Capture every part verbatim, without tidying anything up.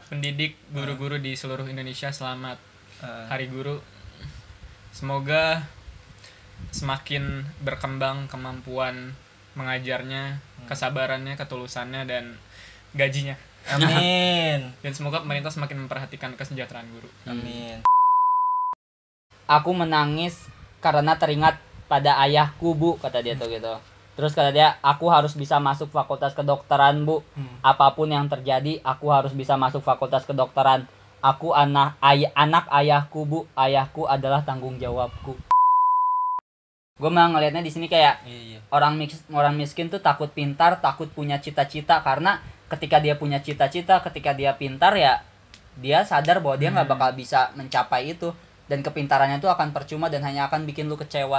pendidik, guru-guru di seluruh Indonesia, selamat Hari Guru. Semoga semakin berkembang kemampuan mengajarnya, kesabarannya, ketulusannya, dan gajinya. Amin. Dan semoga pemerintah semakin memperhatikan kesejahteraan guru. Amin. Aku menangis karena teringat pada ayahku, Bu, kata dia tuh gitu. Terus kata dia, aku harus bisa masuk fakultas kedokteran, Bu. Hmm. Apapun yang terjadi, aku harus bisa masuk fakultas kedokteran. Aku anak ay- anak ayahku, Bu. Ayahku adalah tanggung jawabku. Gue malah ngelihatnya di sini kayak Iya, iya. orang mis- orang miskin tuh takut pintar, takut punya cita-cita, karena ketika dia punya cita-cita, ketika dia pintar ya dia sadar bahwa dia nggak Hmm. bakal bisa mencapai itu, dan kepintarannya itu akan percuma dan hanya akan bikin lu kecewa.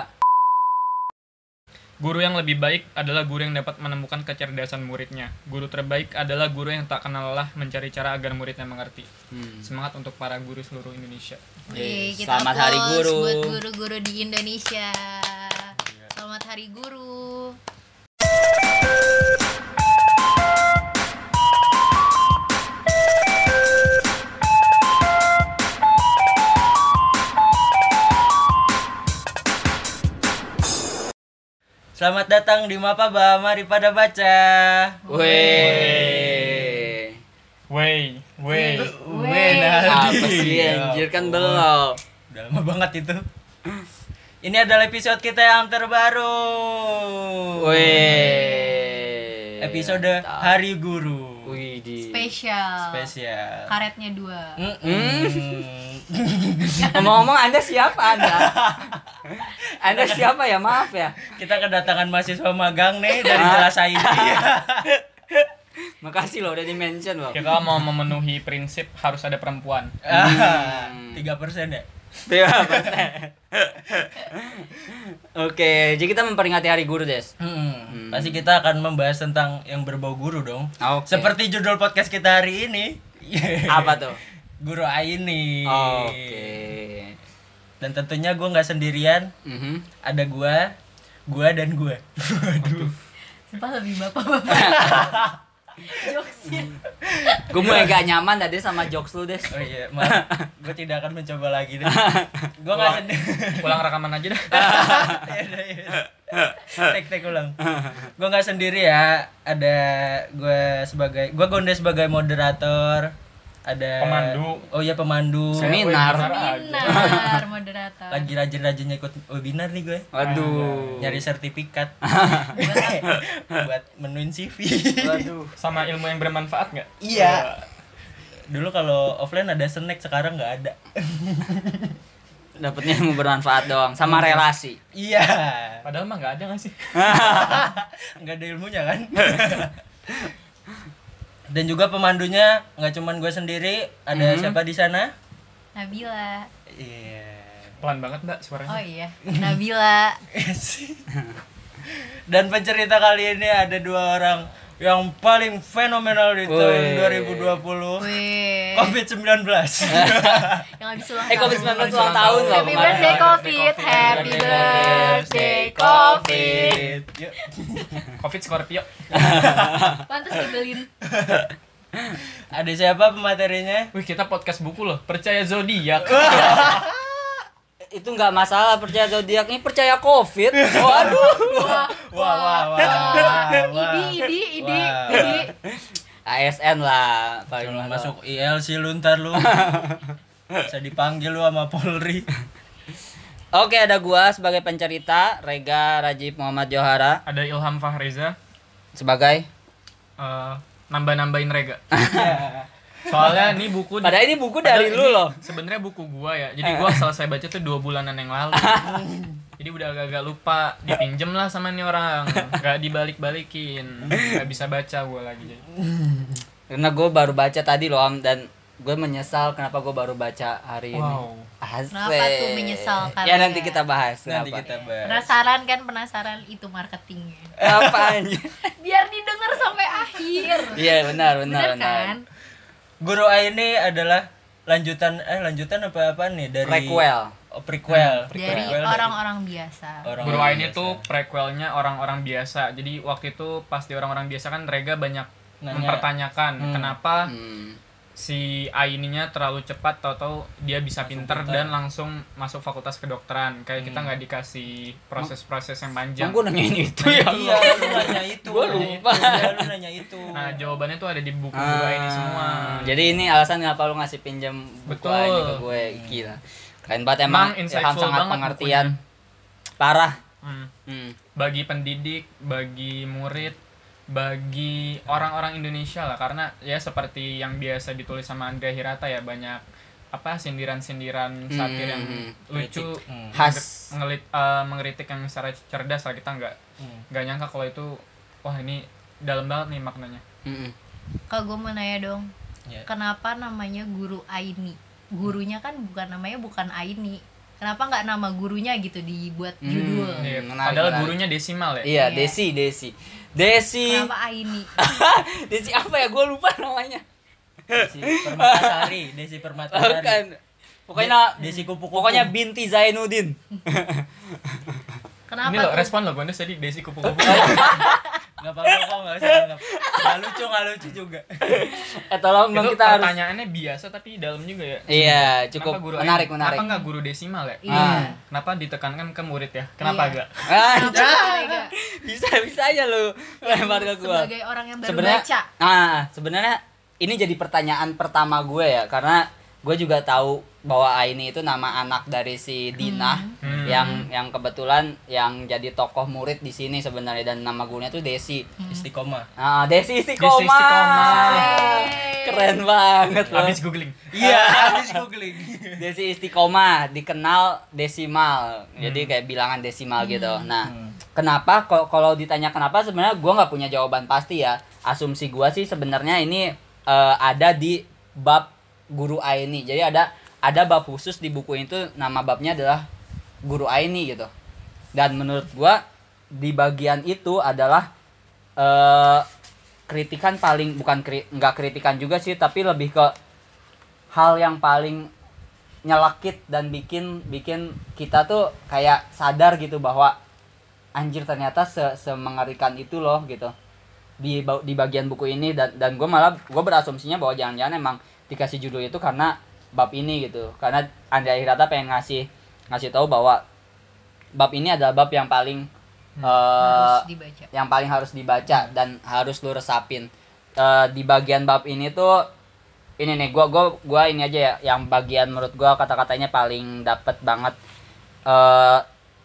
Guru yang lebih baik adalah guru yang dapat menemukan kecerdasan muridnya. Guru terbaik adalah guru yang tak kenal lelah mencari cara agar muridnya mengerti. Hmm. Semangat untuk para guru seluruh Indonesia. Wih, kita Selamat Hari applause Guru. buat guru-guru di Indonesia. Selamat Hari Guru. Selamat datang di Mapaba, mari pada baca. Weh. Wey, wey. Wey. Apa sih anjir, kan belum. Udah lama banget itu. Ini adalah episode kita yang terbaru. Weh. Episode Hari Guru. Wih di. Spesial. Spesial. Karetnya dua. Mm-mm. Ngomong-ngomong, Anda siapa Anda? Anda siapa ya? Maaf ya. Kita kedatangan mahasiswa magang nih dari Jelas I D. Makasih loh udah di-mention loh. Kita mau memenuhi prinsip harus ada perempuan. Tiga persen ya. Iya, bener. Oke, jadi kita memperingati Hari Guru, Des. Hmm. Pasti kita akan membahas tentang yang berbau guru dong. Oke. Seperti judul podcast kita hari ini. Apa tuh? Guru Aini. Oke. Dan tentunya gue nggak sendirian. Mhm. Ada gue, gue dan gue. Waduh. Sumpah lebih bapak-bapak. Jokesnya. Gue mulai gak nyaman tadi sama jokes lu, Des. Oh iya, maaf. Gue tidak akan mencoba lagi deh. Gue nggak Pulang, sendiri. pulang rekaman aja dah. Tek tek ulang. Gue nggak sendiri ya. Ada gue sebagai, gue Gonde sebagai moderator. Ada Pemandu. Oh iya pemandu. Seminar. Seminar moderator. Lagi rajin-rajinnya ikut webinar nih gue. Waduh. Nyari sertifikat buat menuin C V. Waduh. Sama ilmu yang bermanfaat nggak? Iya. Dulu kalau offline ada snack, sekarang nggak ada. Dapatnya ilmu bermanfaat doang sama relasi. Iya. Padahal mah nggak ada nggak sih? Nggak ada ilmunya kan. Dan juga pemandunya nggak cuman gue sendiri, ada Mhm. siapa di sana? Nabila. Iya. Pelan banget mbak suaranya. Oh iya, Nabila. Dan pencerita kali ini ada dua orang yang paling fenomenal di tahun Wih. dua ribu dua puluh. Wih. covid sembilan belas. Yang habis ulang Eh, covid sembilan belas ulang tahun loh Happy kemarin. birthday COVID. Happy birthday COVID. Yuk. Covid Scorpio. Pantes dibeliin. Ada siapa pematerinya? Wih kita podcast buku loh. Percaya zodiak. Itu nggak masalah percaya zodiak, ini percaya covid. Waduh. Wah, Wah, wah, wah, wah. wah. Idi, idi, idi, Wah. idi. A S N lah paling Kalau masuk. masuk I L C lu ntar lu. Bisa dipanggil lu sama Polri. Oke, ada gua sebagai pencerita, Rega Rajib Muhammad Johara Ada Ilham Fahriza. sebagai. eh, nambah-nambahin Rega. Soalnya ini buku Padahal ini buku dari Padahal lu ini loh. Sebenarnya buku gua ya. Jadi gua selesai baca tuh dua bulanan yang lalu. Jadi udah agak-agak lupa, dipinjem lah sama nih orang. Gak dibalik-balikin. Gak bisa baca gua lagi jadi. Karena gue baru baca tadi loh, Am, dan gue menyesal kenapa gue baru baca hari ini. Wow. Asik. Kenapa tuh menyesal Ya kalian? nanti kita bahas. Nanti kenapa. kita bahas. Penasaran kan, penasaran itu marketingnya. Apa aja? Biar didengar sampai akhir. Iya benar benar Bener benar. kan? Guru A ini adalah lanjutan eh lanjutan apa apa nih dari Prequel. Oh, prequel. Dari Prequel orang-orang biasa. orang Guru Ain biasa. itu prequelnya orang-orang biasa. Jadi waktu itu pas di orang-orang biasa kan Rega banyak Nanya. mempertanyakan Hmm. kenapa Hmm. si Aininya terlalu cepat, tahu-tahu dia bisa Langsung pinter pinter. dan langsung masuk fakultas kedokteran. Kayak kita Hmm. nggak dikasih proses-proses yang panjang. Gue nanyain itu ya. Iya, lu nanya itu. Gua nanya lupa. itu. Iya, lu nanya itu. Nah, jawabannya tuh ada di buku guru ini semua. Jadi ini alasan kenapa lu ngasih pinjam buku Betul. ini ke gue. Gila. Keren banget emang, Emang Ilham insightful sangat banget pengertian. Parah. Hmm. Hmm. Bagi pendidik, bagi murid, bagi orang-orang Indonesia lah, karena ya seperti yang biasa ditulis sama Andrea Hirata ya, banyak apa sindiran-sindiran satir yang Hmm. lucu, Hmm. Khas. ngelit, eh, mengeritik yang secara cerdas lah. Kita nggak Hmm. nggak nyangka kalau itu wah ini dalam banget nih maknanya. Mm-mm. Kak, gue mau nanya dong, Ya. kenapa namanya guru Aini? Gurunya kan bukan namanya bukan Aini. Kenapa nggak nama gurunya gitu dibuat Hmm. judul? Iya, menarik, padahal menarik. gurunya desimal ya. Iya, Iya. Desi, Desi. Desi. Kenapa Aini? Desi apa ya? Gue lupa namanya. Desi Permatasari, Desi Permatasari. Bukan. Pokoknya De- Desi kupu-kupu. pokoknya binti Zainuddin. Kenapa Ini lo tuh? respon lo, gue tadi Desi kupu-kupu. Enggak apa-apa kok, enggak usah anggap. Enggak lucu, enggak lucu juga. Eh tolong dong Itu kita harus. pertanyaannya biasa tapi dalam juga ya. Iya, Kenapa cukup guru menarik, Aini? menarik. Kenapa nggak guru desimal ya? Iya. Ah. Kenapa ditekankan ke murid ya? Kenapa Iya. agak? Ah, Kenapa Mega? bisa bisa aja lu lempar ke gua. Sebagai orang yang baru Sebenarnya baca. ah, sebenarnya ini jadi pertanyaan pertama gue ya, karena gue juga tahu bahwa Aini itu nama anak dari si Dina Hmm. yang yang kebetulan yang jadi tokoh murid di sini sebenarnya, dan nama gurunya tuh Desi. Istiqomah. Ah, Desi Istiqomah. Desi Istiqomah. Keren banget loh. Habis googling. Iya, habis googling. Desi Istiqomah dikenal desimal. Jadi kayak bilangan desimal gitu. Nah, Hmm. kenapa kalau kalau ditanya kenapa, sebenarnya gua nggak punya jawaban pasti ya. Asumsi gua sih sebenarnya ini eh, ada di bab guru Aini. Jadi ada ada bab khusus di buku itu, nama babnya adalah guru Aini gitu. Dan menurut gua di bagian itu adalah eh kritikan paling bukan kri, nggak kritikan juga sih, tapi lebih ke hal yang paling nyelekit dan bikin bikin kita tuh kayak sadar gitu bahwa anjir ternyata se semengerikan itu loh gitu di ba- di bagian buku ini. Dan dan gue malah gue berasumsinya bahwa jangan-jangan emang dikasih judul itu karena bab ini gitu, karena Andrea Hirata pengen ngasih ngasih tahu bahwa bab ini adalah bab yang paling eh, Harus dibaca. yang paling harus dibaca dan harus lu resapin. Eh, di bagian bab ini tuh ini nih gua gua gua ini aja ya, yang bagian menurut gua kata-katanya paling dapet banget. Eh,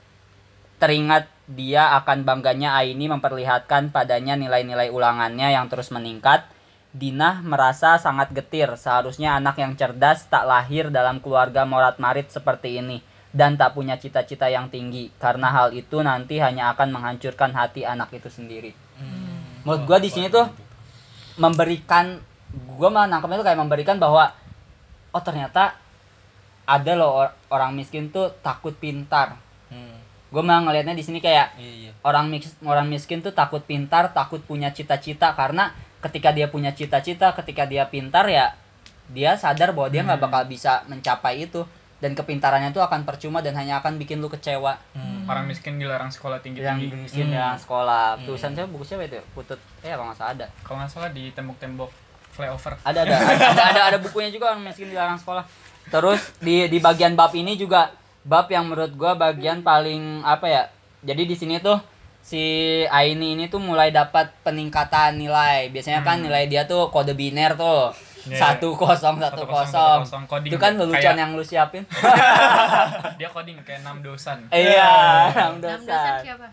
teringat dia akan bangganya Aini memperlihatkan padanya nilai-nilai ulangannya yang terus meningkat. Dina merasa sangat getir, seharusnya anak yang cerdas tak lahir dalam keluarga morat-marit seperti ini dan tak punya cita-cita yang tinggi, karena hal itu nanti hanya akan menghancurkan hati anak itu sendiri. Hmm. Menurut gua di sini tuh memberikan, gua malah nangkepnya tuh kayak memberikan bahwa oh ternyata ada loh or- orang miskin tuh takut pintar. Hmm. Gua malah ngelihatnya di sini kayak Iya, iya. orang mis- orang miskin tuh takut pintar, takut punya cita-cita, karena ketika dia punya cita-cita, ketika dia pintar ya dia sadar bahwa dia nggak bakal bisa mencapai itu, dan kepintarannya tuh akan percuma dan hanya akan bikin lu kecewa. Hmm. Orang miskin dilarang sekolah Yang tinggi-tinggi. miskin Hmm. ya sekolah. Hmm. Tulisan siapa, buku siapa itu? Putut. Eh kalau nggak salah ada. Kalau nggak salah di tembok-tembok flyover. Ada ada ada, ada ada ada bukunya juga, orang miskin dilarang sekolah. Terus di di bagian bab ini juga bab yang menurut gua bagian paling apa ya? Jadi di sini tuh si Aini ini tuh mulai dapat peningkatan nilai. Biasanya kan Hmm. nilai dia tuh kode biner tuh. Iya, Satu kosong satu Satu kosong, kosong. satu kosong. Coding Itu kan kayak- lelucon yang lu siapin. Dia coding kayak enam dosan. Iya, enam Enam dosen dosan. siapa?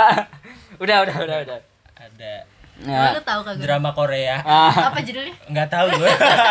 Udah udah udah udah. Ada Ya. Lu tahu kagak? drama Korea. Ah, Apa judulnya? Nggak tahu gue.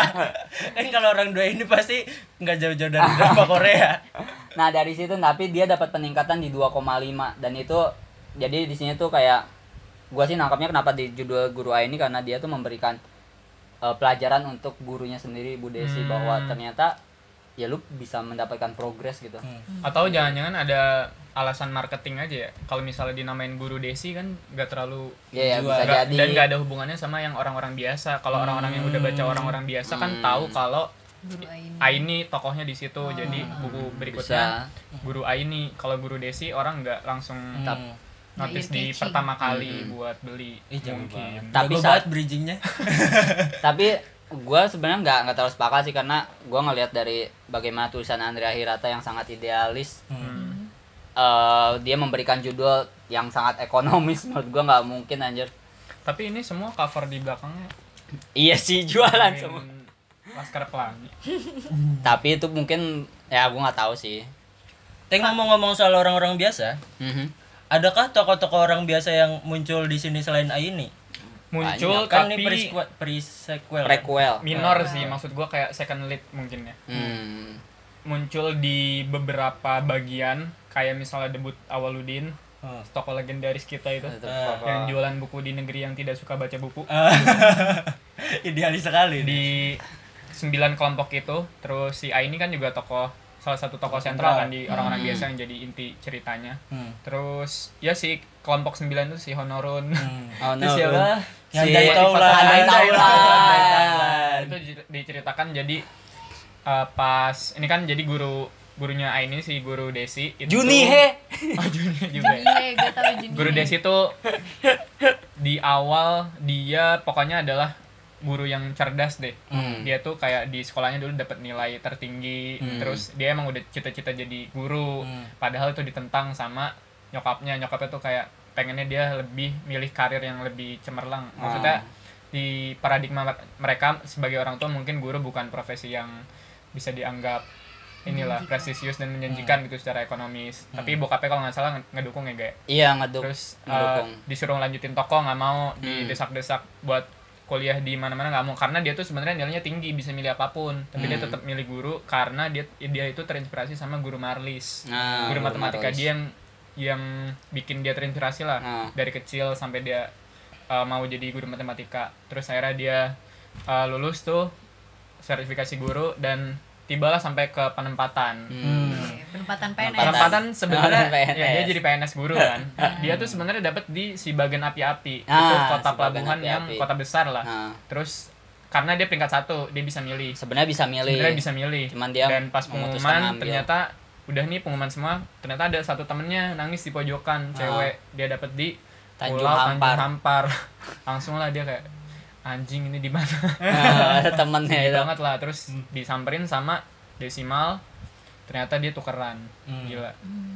Kan kalau orang dua ini pasti nggak jauh-jauh dari drama Korea. Nah dari situ tapi dia dapat peningkatan di dua koma lima, dan itu jadi di sini tuh kayak gua sih nangkapnya kenapa di judul guru A ini, karena dia tuh memberikan uh, pelajaran untuk gurunya sendiri, Bu Desi, Hmm. bahwa ternyata ya lu bisa mendapatkan progres gitu. Hmm. Atau jangan-jangan ada alasan marketing aja ya. Kalau misalnya dinamain guru Desi kan nggak terlalu Iya ya, Jual. bisa nggak- jadi. dan nggak ada hubungannya sama yang orang-orang biasa. Kalau Hmm. orang-orang yang udah baca orang-orang biasa kan Hmm. tahu kalau Guru Aini. Aini tokohnya di situ. Jadi buku berikutnya Bisa. guru Aini. Kalau guru Desi orang nggak langsung Hmm. notice Nah, di ear-catching. pertama kali Hmm. buat beli. Ih, jago Mungkin. banget. Tapi Jago saat- banget bridgingnya. Tapi gua sebenarnya nggak nggak terlalu sepakat sih karena gua ngelihat dari bagaimana tulisan Andrea Hirata yang sangat idealis. Hmm. Uh, dia memberikan judul yang sangat ekonomis, menurut gua nggak mungkin anjir. Tapi ini semua cover di belakangnya Iya sih jualan Main semua. Laskar Pelangi. Tapi itu mungkin ya gua nggak tahu sih. Tapi ngomong-ngomong soal orang-orang biasa, Mhm. adakah tokoh-tokoh orang biasa yang muncul di sini selain Aini? Muncul Kan tapi ini pre-sequel, pre-sequel. kan? Prequel. minor sih, maksud gua kayak second lead mungkin ya. Hmm. Muncul di beberapa bagian kayak misalnya debut Awaludin, Oh. tokoh legendaris kita itu. Itu Eh, tokoh. Yang jualan buku di negeri yang tidak suka baca buku. Idealis sekali. nih. Di sembilan kelompok itu, terus si Aini kan juga tokoh salah satu tokoh sentral kan di orang-orang Hmm. biasa yang jadi inti ceritanya. Hmm. Terus ya si kelompok sembilan itu si Honorun. Hmm. Oh no. Terus siapa? Yang Si dari Taulan. Andai Taulan. Andai Taulan. Itu di- diceritakan jadi uh, pas ini kan jadi guru gurunya Aini si guru Desi itu Junihe. Oh, Juni juga. ya. Iya, gue tahu Juni. Guru Desi tuh di awal dia pokoknya adalah guru yang cerdas deh. Hmm. Dia tuh kayak di sekolahnya dulu dapat nilai tertinggi, Hmm. terus dia emang udah cita-cita jadi guru. Hmm. Padahal itu ditentang sama nyokapnya. Nyokapnya tuh kayak pengennya dia lebih milih karir yang lebih cemerlang. Maksudnya Ah. di paradigma mereka sebagai orang tua mungkin guru bukan profesi yang bisa dianggap inilah prestisius dan menjanjikan gitu secara ekonomis. Tapi bokapnya kalau nggak salah nge- ngedukung ya, Gaya. Iya, ngeduk. Terus uh, ngedukung. disuruh lanjutin toko nggak mau, Hmm. didesak-desak buat kuliah di mana-mana nggak mau karena dia tuh sebenarnya nilainya tinggi bisa milih apapun, tapi dia Hmm. tetap milih guru karena dia dia itu terinspirasi sama guru Marlis. Nah, Guru guru matematika Marlis. dia yang yang bikin dia terinspirasi lah Nah. dari kecil sampai dia uh, mau jadi guru matematika. Terus akhirnya dia uh, lulus tuh sertifikasi guru dan tibalah sampai ke penempatan. Hmm. Oke, penempatan P N S. Penempatan sebenarnya Penempatan P N S. ya dia jadi P N S guru kan. Dia tuh sebenarnya dapat di si Bagan Api-Api. Ah, itu kota si Bagan pelabuhan yang Api-Api. kota besar lah. Nah, Terus karena dia peringkat satu, dia bisa milih. sebenarnya bisa milih. Sebenarnya bisa milih. Cuman dia Dan pas memutuskan pengumuman ngambil. ternyata udah nih pengumuman semua, ternyata ada satu temennya nangis di pojokan, cewek. Dia dapat di Ah. Tanjung Pulau Hampar. Tanjung Hampar. Langsung lah dia kayak anjing ini di mana? Nah, ada temennya Sedih itu. banget lah, terus disamperin sama Desimal, ternyata dia tukeran. Hmm. Gila.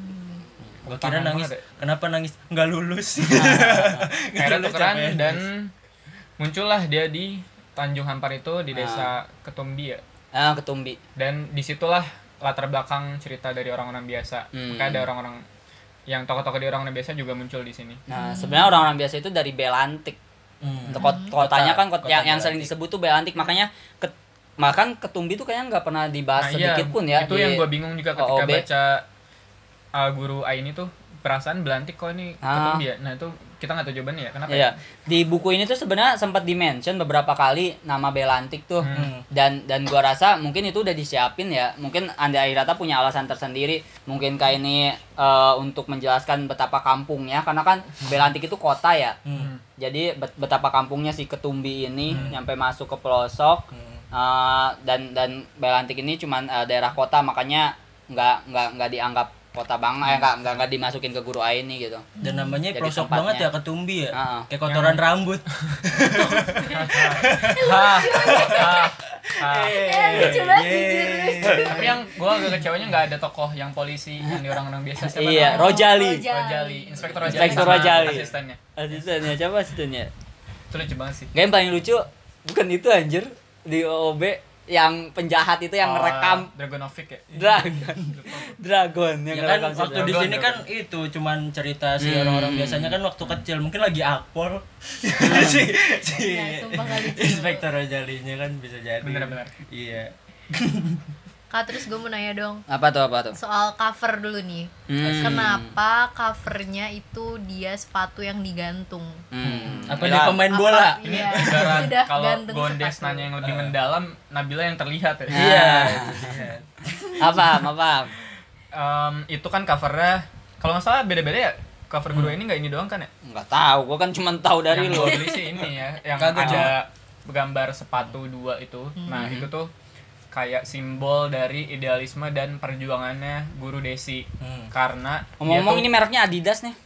Gua kira Tangan nangis. banget Kenapa nangis? Nggak lulus. Akhirnya Lulus tukeran C P N S. dan muncullah dia di Tanjung Hampar itu di desa Ketumbi ya. Ah, Ketumbi. Dan disitulah latar belakang cerita dari orang-orang biasa. Hmm. Makanya ada orang-orang yang tokoh-tokoh dari orang-orang biasa juga muncul di sini. Nah, sebenarnya orang-orang biasa itu dari Belantik. Hmm. Kot- Kotanya kan kot, Kota yang, yang sering Belantik. disebut tuh Belantik, makanya ke, makan Ketumbi tuh kayaknya nggak pernah dibahas iya, sedikit pun ya. itu di yang gue bingung juga ketika O O B. baca uh, guru Aini tuh perasaan Belantik kok ini Ah. Ketumbi ya. Nah itu kita nggak tahu jawabannya ya. Kenapa? Iya, ya? di buku ini tuh sebenarnya sempat di-mention beberapa kali nama Belantik tuh. Hmm. Dan dan gua rasa mungkin itu udah disiapin ya. Mungkin Anda Airata punya alasan tersendiri. Mungkin kayak ini eh, untuk menjelaskan betapa kampungnya karena kan Belantik itu kota ya. Hmm. Jadi bet- betapa kampungnya si Ketumbi ini nyampe masuk ke pelosok. Hmm. Eh, dan dan Belantik ini cuman eh, daerah kota, makanya nggak nggak nggak dianggap kota banget, eh, nggak nggak nggak dimasukin ke guru Aini gitu. Dan namanya Jadi pelosok tempatnya. banget ya Ketumbi ya. Ah. Kayak kotoran rambut. Hah, hah, hah. Eh, lucu banget jujur. Tapi yang gue agak kecewanya nggak ada tokoh yang polisi yang di orang-orang biasa. Siapa Iya, namanya? Rojali. Rojali, Inspektur Rojali. Inspektur sama Rojali. Asistennya. Asistennya siapa asistennya? Itu lucu banget sih. Gak yang paling lucu bukan itu anjir di O O B yang penjahat itu yang Oh, ngerekam Dragonovic ya. Dragon. Dragon yang Ya kan ngerekam si waktu di Dragon. sini kan itu cuman cerita si Hmm. orang-orang biasanya kan waktu kecil mungkin lagi akpol. si si Ya, sumpah nggak lucu. Inspektor Rojalinya kan bisa jadi. Bener-bener. Iya. Kak, terus gue mau nanya dong apa tuh apa tuh? soal cover dulu nih. Hmm. Kenapa covernya itu dia sepatu yang digantung? Hmm. Apa Gila. dia pemain bola? Apa- Ini Iya, ibarat sudah kalau gantung Gondes sepatu. nanya yang lebih mendalam, Nabila yang terlihat ya. Iya. Apa? Apa? Em, itu kan covernya, kalau nggak salah beda-beda ya. Cover guru ini nggak ini doang kan ya? Enggak tahu, gua kan cuma tahu dari Yang lu. gua beli sih ini ya, yang Kagak ada gambar sepatu dua itu. Nah Hmm. itu tuh kayak simbol dari idealisme dan perjuangannya guru Desi. Hmm. Karena Ngomong-ngomong dia ini mereknya Adidas nih.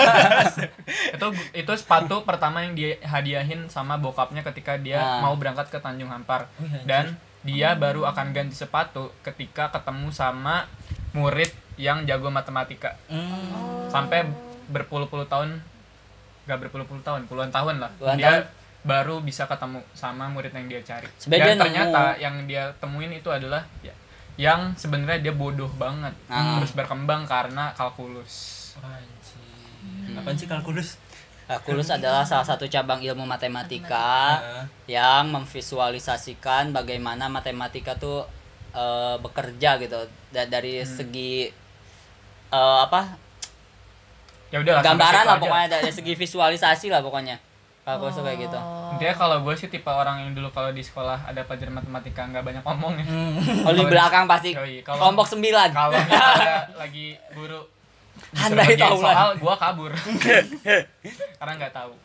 tuh, itu itu sepatu pertama yang dia hadiahin sama bokapnya ketika dia Ah. mau berangkat ke Tanjung Hampar. Oh, iya, Dan dia baru akan ganti sepatu ketika ketemu sama murid yang jago matematika. Hmm. Sampai berpuluh-puluh tahun, gak berpuluh-puluh tahun, puluhan tahun lah, Puluhan dia tahun. baru bisa ketemu sama murid yang dia cari. Sebenarnya Dan dia ternyata nemu. yang dia temuin itu adalah ya, yang sebenarnya dia bodoh banget, Ah. terus berkembang karena kalkulus. Anjing. Apaan sih kalkulus? Kalkulus adalah salah satu cabang ilmu matematika Ah. yang memvisualisasikan bagaimana matematika tuh eh, bekerja gitu Da- dari Hmm. segi eh, apa Ya udah lah, sampai gambaran situ lah aja. pokoknya dari segi visualisasi lah pokoknya kalkulus tuh kayak gitu. Oh. Intinya kalau gue sih tipe orang yang dulu kalau di sekolah ada pelajaran matematika nggak banyak ngomong ya. Hmm. Kalau di Kalau belakang pasti Yoi, kalau- kelompok sembilan. Kalau misalnya lagi guru disuruh Andai ngerjain tahu lah. soal, gue kabur karena nggak tahu.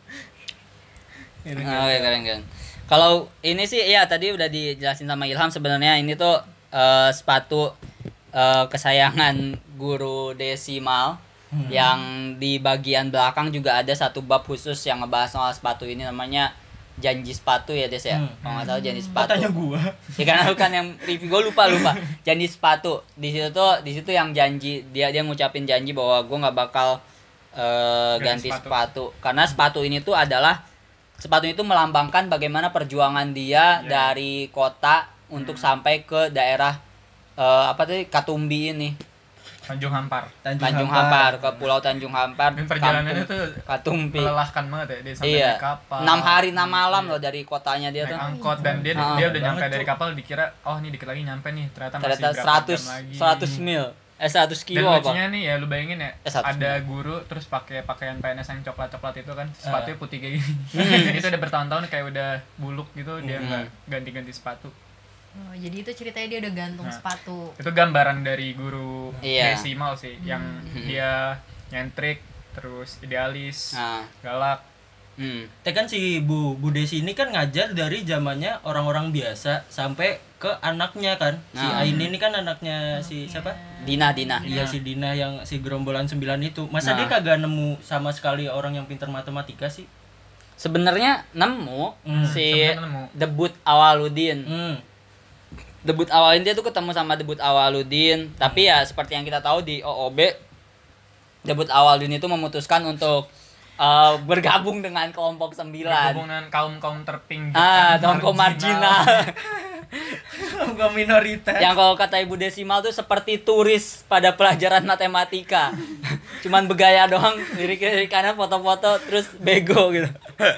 Ah, Oke keren keren. Kalau ini sih ya tadi udah dijelasin sama Ilham sebenarnya ini tuh eh, sepatu eh, kesayangan guru desimal yang di bagian belakang juga ada satu bab khusus yang ngebahas soal sepatu ini namanya janji sepatu ya Des ya. Hmm. Kalau nggak salah janji Kok sepatu. tanya gua? Ya karena bukan yang review gue lupa lupa. Janji sepatu. Di situ tuh di situ yang janji dia dia ngucapin janji bahwa gue nggak bakal eh, ganti Ganti sepatu. sepatu. Karena sepatu ini tuh adalah sepatu itu melambangkan bagaimana perjuangan dia Ya. dari kota untuk sampai ke daerah eh, apa tadi Katumbi ini. Tanjung Hampar. Tanjung Hampar ke Pulau Tanjung Hampar. Dan perjalanannya kampung tuh Katumbi. melelahkan banget ya, dia sampai Iya. naik kapal. enam hari enam malam Iya. loh dari kotanya dia Naik tuh. angkot dan dia Ah. dia udah nyampe Banget, dari Cuk. kapal dikira oh ini dikit lagi nyampe nih, ternyata masih Ternyata berapa seratus jam lagi. seratus mil. Eh seratus Dan kilo apa? lucunya nih ya lu bayangin ya, Eh, seratus ada mil. guru terus pakai pakaian P N S yang coklat-coklat itu kan, sepatunya Ah. putih kayak gini. Dan itu udah bertahun-tahun kayak udah buluk gitu, dia Hmm. nggak ganti-ganti sepatu. Oh, jadi itu ceritanya dia udah gantung Nah. sepatu. Itu gambaran dari guru Iya. desimal sih, yang dia nyentrik, terus idealis, Nah, galak. hmm. Teh kan si Bu Bu Desi ini kan ngajar dari zamannya orang-orang biasa sampai ke anaknya kan. Si Nah. Aini ini kan anaknya si siapa? Dina Dina. Iya si Dina yang si gerombolan sembilan itu. Masa Nah. dia kagak nemu sama sekali orang yang pintar matematika sih? Sebenarnya nemu Hmm, si sebenarnya nemu. debut Awaludin. Hmm. Debut Awaludin dia tuh ketemu sama debut Awaludin, tapi ya seperti yang kita tahu di O O B debut Awaludin itu memutuskan untuk eh, bergabung dengan kelompok sembilan. Berhubung dengan kaum-kaum terpinggir. Ah, kelompok marginal. Enggak minoritas. Yang kalau kata Ibu Desimal tuh seperti turis pada pelajaran matematika. Cuman bergaya doang, lirik-lirik kanan foto-foto terus bego gitu.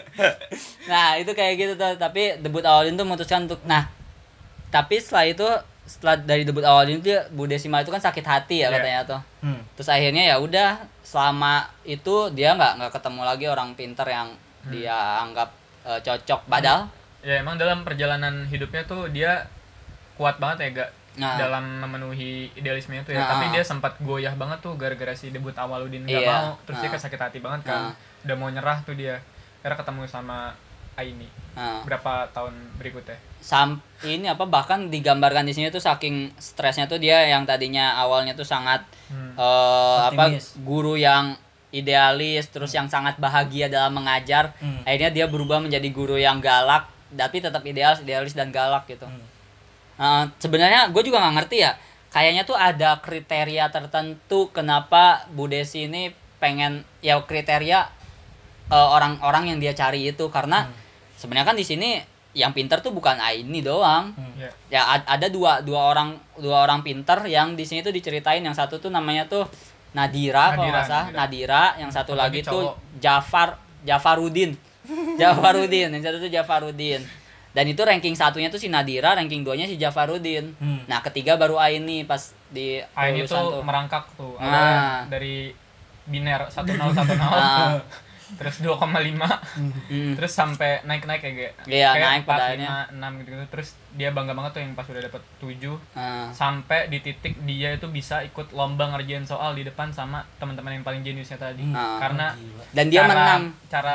Nah, itu kayak gitu tuh. Tapi debut Awaludin tuh memutuskan untuk nah, tapi setelah itu setelah dari debut Awaludin itu Bu Desimal itu kan sakit hati ya Iya. katanya tuh. Hmm. Terus akhirnya ya udah selama itu dia nggak nggak ketemu lagi orang pinter yang dia anggap eh, cocok. Padahal Ya emang dalam perjalanan hidupnya tuh dia kuat banget ya gak Nah. dalam memenuhi idealismenya tuh ya. Nah. Tapi dia sempat goyah banget tuh gara-gara si debut Awaludin gak Iya. mau. Terus dia Nah. kesakit hati banget kan. Nah. Udah mau nyerah tuh dia. Akhirnya ketemu sama Aini nah, berapa tahun berikutnya. sam ini apa bahkan digambarkan di sini tuh saking stresnya tuh dia yang tadinya awalnya tuh sangat Hmm. eh, apa Optimis. guru yang idealis terus yang sangat bahagia dalam mengajar, Hmm. akhirnya dia berubah menjadi guru yang galak tapi tetap idealis idealis dan galak gitu. Hmm. Eh, sebenarnya gue juga nggak ngerti ya, kayaknya tuh ada kriteria tertentu kenapa Bu Desi ini pengen ya kriteria eh, orang-orang yang dia cari itu karena sebenarnya kan di sini yang pinter tuh bukan Aini doang. Hmm. Ya. Ya ad- ada dua dua orang dua orang pinter yang di sini tuh diceritain, yang satu tuh namanya tuh Nadira, kalau Nadira, nggak salah Nadira. Nadira, yang satu Satu lagi lagi tuh cowok. Jafar Jafarudin Jafarudin yang satu tuh Jafarudin, dan itu ranking satunya tuh si Nadira, ranking duanya si Jafarudin. Hmm. Nah ketiga baru Aini pas di Aini lulusan tuh merangkak tuh. Ah. Awalnya dari biner satu nol satu nol Ah. terus dua koma lima Hmm. terus sampai naik-naik kayak gitu. Iya, Kayak naik empat, pada lima, enam gitu-gitu. Terus dia bangga banget tuh yang pas udah dapet tujuh. Ah. Sampai di titik dia itu bisa ikut lomba ngerjain soal di depan sama teman-teman yang paling jeniusnya tadi. Ah. Karena Gila. Dan dia cara, menang. cara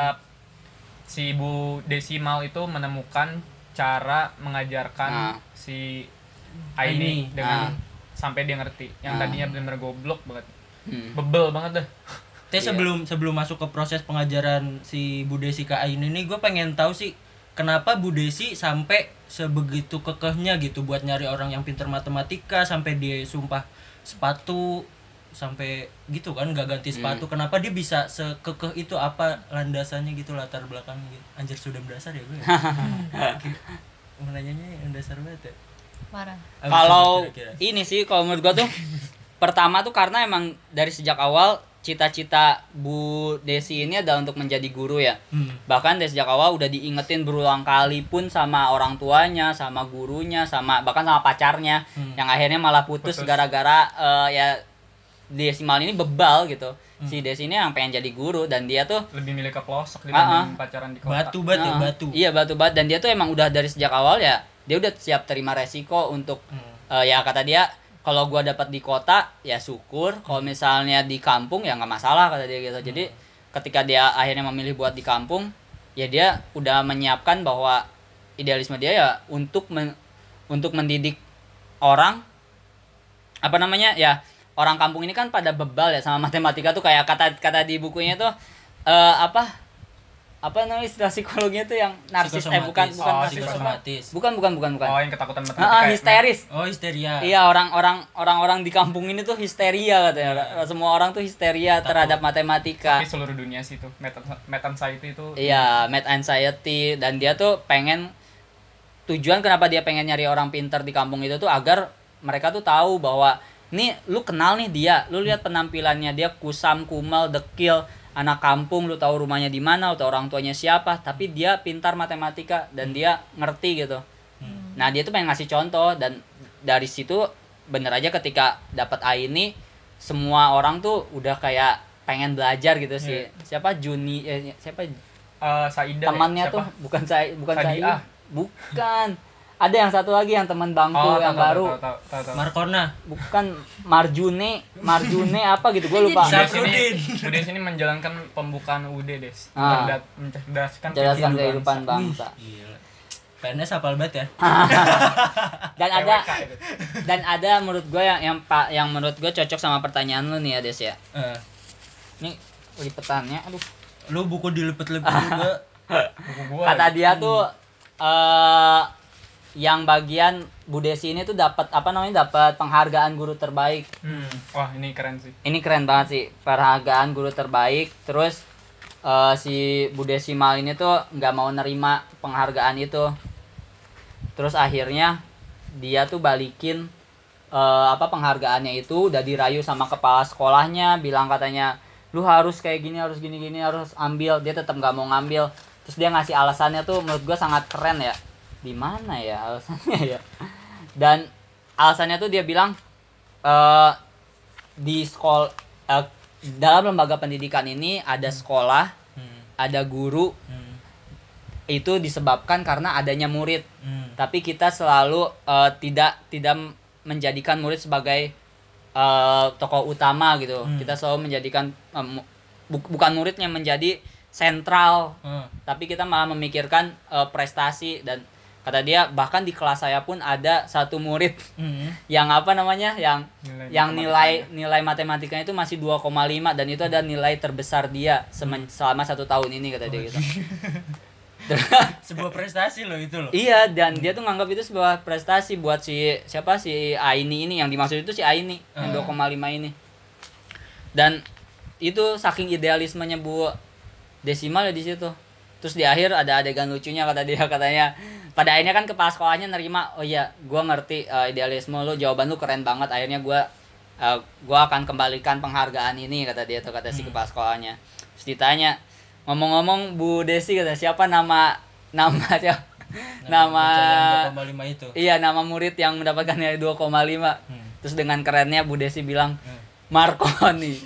si Bu Desimal itu menemukan cara mengajarkan Ah. si Aini Aini. dengan Ah. sampai dia ngerti. Yang Ah. tadinya benar-benar goblok banget. Hmm. Bebel banget dah. Tapi Iya. sebelum sebelum masuk ke proses pengajaran si Bu Desi ke Aini ini, gue pengen tahu sih kenapa Bu Desi sampai sebegitu kekehnya gitu buat nyari orang yang pintar matematika, sampai dia sumpah sepatu sampai gitu kan nggak ganti sepatu. Kenapa dia bisa sekekeh itu, apa landasannya gitu, latar belakangnya gitu. Anjir sudah mendasar ya gue. Mau nanyanya yang dasar banget ya. Parah. Apa Kalau kira-kira? ini sih kalau menurut gua tuh pertama tuh karena emang dari sejak awal cita-cita Bu Desi ini adalah untuk menjadi guru ya. Hmm. Bahkan dari sejak awal udah diingetin berulang kali pun sama orang tuanya, sama gurunya, sama bahkan sama pacarnya, Hmm. yang akhirnya malah putus, Putus. gara-gara eh, ya Desimal ini bebal gitu. Si Desi ini yang pengen jadi guru dan dia tuh Lebih milih ke pelosok Ah, dibanding pacaran di kota. Batu bat ya, Nah, batu. Iya batu bat, dan dia tuh emang udah dari sejak awal ya dia udah siap terima resiko untuk Hmm. eh, ya kata dia kalau gua dapat di kota ya syukur, kalau misalnya di kampung ya nggak masalah kata dia gitu. Jadi ketika dia akhirnya memilih buat di kampung ya dia udah menyiapkan bahwa idealisme dia ya untuk men- untuk mendidik orang apa namanya ya orang kampung ini kan pada bebal ya sama matematika tuh, kayak kata kata di bukunya tuh eh, apa apa namanya istilah psikologinya tuh yang narsis eh bukan Psikosomatis. bukan Oh, narsis, psikosomatis. bukan bukan bukan bukan Oh, yang ketakutan Ah, matematika. ah, kayak histeris. Oh, histeria. Iya, orang-orang orang-orang di kampung ini tuh histeria katanya. Semua orang tuh histeria terhadap matematika. Tapi seluruh dunia sih itu. Math math anxiety itu. Iya, math anxiety, dan dia tuh pengen tujuan kenapa dia pengen nyari orang pintar di kampung itu tuh agar mereka tuh tahu bahwa nih lu kenal nih dia, lu lihat penampilannya dia kusam, kumal, dekil, anak kampung, lu tahu rumahnya di mana, lu tahu orang tuanya siapa, tapi dia pintar matematika dan dia ngerti gitu. Nah, dia tuh pengen ngasih contoh, dan dari situ bener aja ketika dapat A ini semua orang tuh udah kayak pengen belajar gitu sih. Siapa Juni eh, siapa Eh, Saida. ya? temannya Siapa? tuh bukan saya bukan saya Sadiah. bukan, ada yang satu lagi yang teman bangku Oh, yang tahu, tahu, baru, tahu, tahu, tahu, tahu. Markona. bukan Marjune Marjune apa gitu gue lupa. Udah Safrudin. sini, udah sini menjalankan pembukaan U D Des. Ah. Mencerda- Mencerdaskan Jelaskan kehidupan kehidupan bangsa. bangsa. Gila. P N S hafal banget ya. Dan ada P W K itu. dan ada menurut gue yang yang pak yang menurut gue cocok sama pertanyaan lu nih ya Des ya. Eh, Ini lipetannya, aduh. lu buku dilepet-lepet juga. Buku gua. Kata dia tuh eh yang bagian Bu Desi ini tuh dapat apa namanya dapat penghargaan guru terbaik. Hmm. Wah, ini keren sih. Ini keren banget sih, penghargaan guru terbaik. Terus eh, si Bu Desimal ini tuh nggak mau nerima penghargaan itu. Terus akhirnya dia tuh balikin eh, apa penghargaannya itu, udah dirayu sama kepala sekolahnya, bilang katanya lu harus kayak gini, harus gini-gini, harus ambil. Dia tetap nggak mau ngambil. Terus dia ngasih alasannya tuh menurut gua sangat keren ya. Di mana ya alasannya ya? Dan alasannya tuh dia bilang eh di sekolah eh, dalam lembaga pendidikan ini ada sekolah, Hmm. ada guru, Hmm. itu disebabkan karena adanya murid. Hmm. Tapi kita selalu eh, tidak tidak menjadikan murid sebagai eh, tokoh utama gitu. Hmm. Kita selalu menjadikan eh, mu- bu- bukan muridnya menjadi sentral, Hmm. tapi kita malah memikirkan eh, prestasi. Dan kata dia bahkan di kelas saya pun ada satu murid Hmm. yang apa namanya yang Nilai yang nilai matematikanya. nilai matematikanya itu masih dua koma lima, dan itu ada nilai terbesar dia semen- selama satu tahun ini kata dia gitu. Sebuah prestasi loh itu loh. Iya, dan dia tuh nganggap itu sebuah prestasi buat si siapa si Aini ini, yang dimaksud itu si Aini yang dua koma lima ini. Dan itu saking idealismenya Bu Desimal ya di situ. Terus di akhir ada adegan lucunya kata dia, katanya pada akhirnya kan kepala sekolahnya nerima, oh iya gua ngerti uh, idealisme lu, jawaban lu keren banget, akhirnya gua uh, gua akan kembalikan penghargaan ini kata dia tuh, kata si kepala sekolahnya. Terus ditanya, ngomong-ngomong Bu Desi, kata siapa nama nama siapa nama dua koma lima itu. iya nama murid yang mendapatkan nilai dua koma lima. Hmm. Terus dengan kerennya Bu Desi bilang Hmm. Marconi.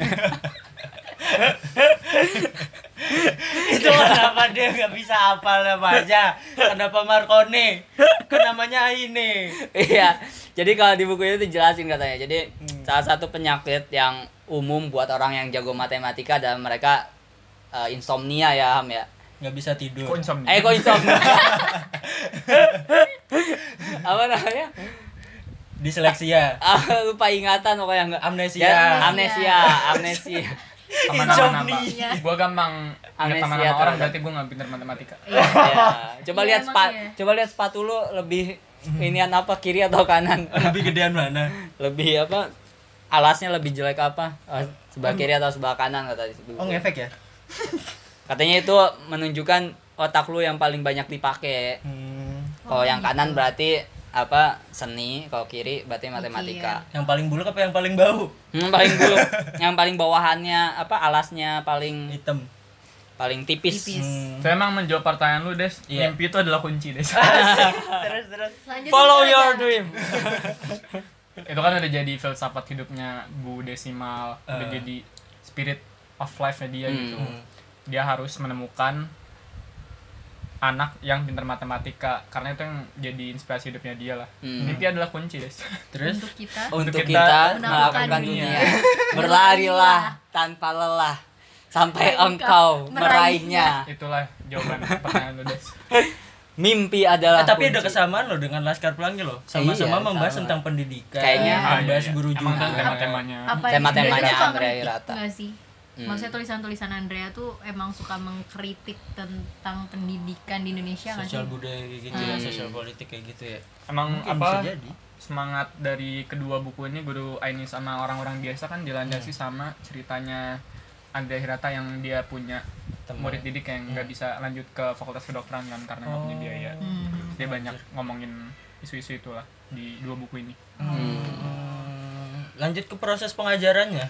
Itu kenapa dia nggak bisa hafal nama aja? Kenapa Marconi? Kan namanya ini. Iya, jadi kalau di buku itu dijelasin katanya. Jadi salah satu penyakit yang umum buat orang yang jago matematika adalah mereka uh, insomnia ya, Ham ya. Nggak bisa tidur. Kok insomnia? Eh kok insomnia? Apa namanya? Disleksia. Ah, lupa ingatan pokoknya enggak. Amnesia. Ya, amnesia, amnesia. Kemana-mana, Pak. Insomnia. Gua gampang ingat Amnesia nama-nama orang, terhadap- berarti gua nggak pintar matematika. Iya. Ya, coba Iya, lihat emang spa- iya. coba lihat sepatu lu lebih inian apa, kiri atau kanan? Lebih gedean mana? Lebih apa? Alasnya lebih jelek apa? Ah, sebelah kiri atau sebelah kanan kata di situ. Oh, ngefek ya? Katanya itu menunjukkan otak lu yang paling banyak dipakai. Hmm. Kalau Oh, yang gitu. kanan berarti apa? Seni, kalau kiri berarti matematika. Yang paling buluk apa yang paling bau? Hmm, paling dulu yang paling bawahannya apa alasnya paling Hitam. paling tipis. Tipis. Hmm. Saya emang menjawab pertanyaan lu, Des. Iya. Mimpi itu adalah kunci, Des. Terus terus. Selanjutnya Follow kita your ada- dream. Itu kan udah jadi filsafat hidupnya Bu Desimal, udah Eh. jadi spirit of life-nya dia Hmm. gitu. Dia harus menemukan anak yang pintar matematika karena itu yang jadi inspirasi hidupnya dia lah. Hmm. Mimpi adalah kunci, Des. Terus Untuk kita Untuk Untuk kita, kita melakukan menaklukkan dunia. dunia. Berlarilah tanpa lelah sampai Sampai engkau engkau meraihnya. Itulah jawaban pertanyaan lu, Des. Mimpi adalah Eh, tapi ada kunci. kesamaan loh dengan Laskar Pelangi loh. Sama-sama Iya, membahas sama. tentang pendidikan. Kayaknya, membahas ah, iya. guru Emang juga. kan tema-temanya. apa Tema-temanya dia suka Andrea ngeritik Hirata. nggak sih? Hmm. Maksudnya tulisan-tulisan Andrea tuh emang suka mengkritik tentang pendidikan di Indonesia nggak sih? Sosial budaya kayak gitu ya, Hmm. sosial politik kayak gitu ya. Emang Mungkin apa bisa jadi. semangat dari kedua buku ini Guru Aini sama orang-orang biasa kan dilandasi sama ceritanya Andrea Hirata yang dia punya Teman. murid didik yang nggak bisa lanjut ke fakultas kedokteran kan karena nggak punya Oh. biaya. Hmm. Dia banyak ngomongin isu-isu itulah di dua buku ini. Hmm. Lanjut ke proses pengajarannya.